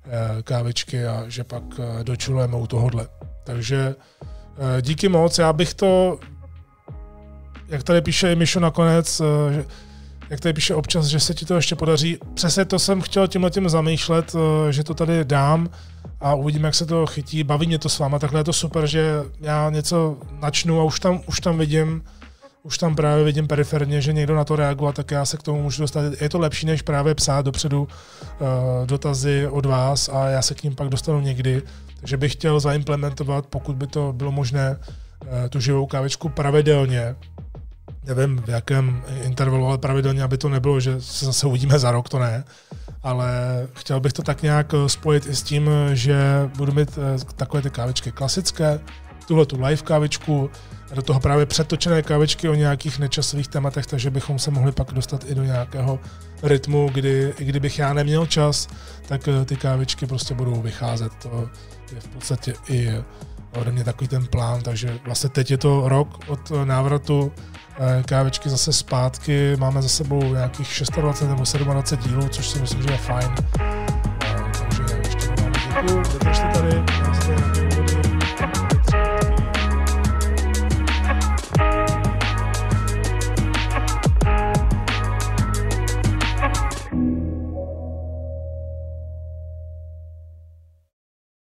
kávičky a že pak dočilujeme u tohohle. Takže díky moc, já bych to, jak tady píše i Mišo nakonec, jak tady píše občas, že se ti to ještě podaří, přesně to jsem chtěl tímhletím zamýšlet, že to tady dám a uvidíme, jak se to chytí. Baví mě to s váma, takhle je to super, že já něco načnu a už tam, už tam vidím, už tam právě vidím periferně, že někdo na to reaguje, tak já se k tomu můžu dostat. Je to lepší, než právě psát dopředu uh, dotazy od vás a já se k ním pak dostanu někdy. Takže bych chtěl zaimplementovat, pokud by to bylo možné, uh, tu živou kávičku pravidelně. Nevím, v jakém intervalu, ale pravidelně, aby to nebylo, že se zase uvidíme za rok, to ne. Ale chtěl bych to tak nějak spojit i s tím, že budu mít takové ty kávičky klasické, tuhle tu live kávičku, a do toho právě přetočené kávičky o nějakých nečasových tématech, takže bychom se mohli pak dostat i do nějakého rytmu, kdy i kdybych já neměl čas, tak ty kávičky prostě budou vycházet. To je v podstatě i ode mě takový ten plán, takže vlastně teď je to rok od návratu kávičky zase zpátky, máme za sebou nějakých dvacet šest nebo dvacet sedm dílů, což si myslím, že je fajn. Takže ještě vám děkuju, vydržte tady.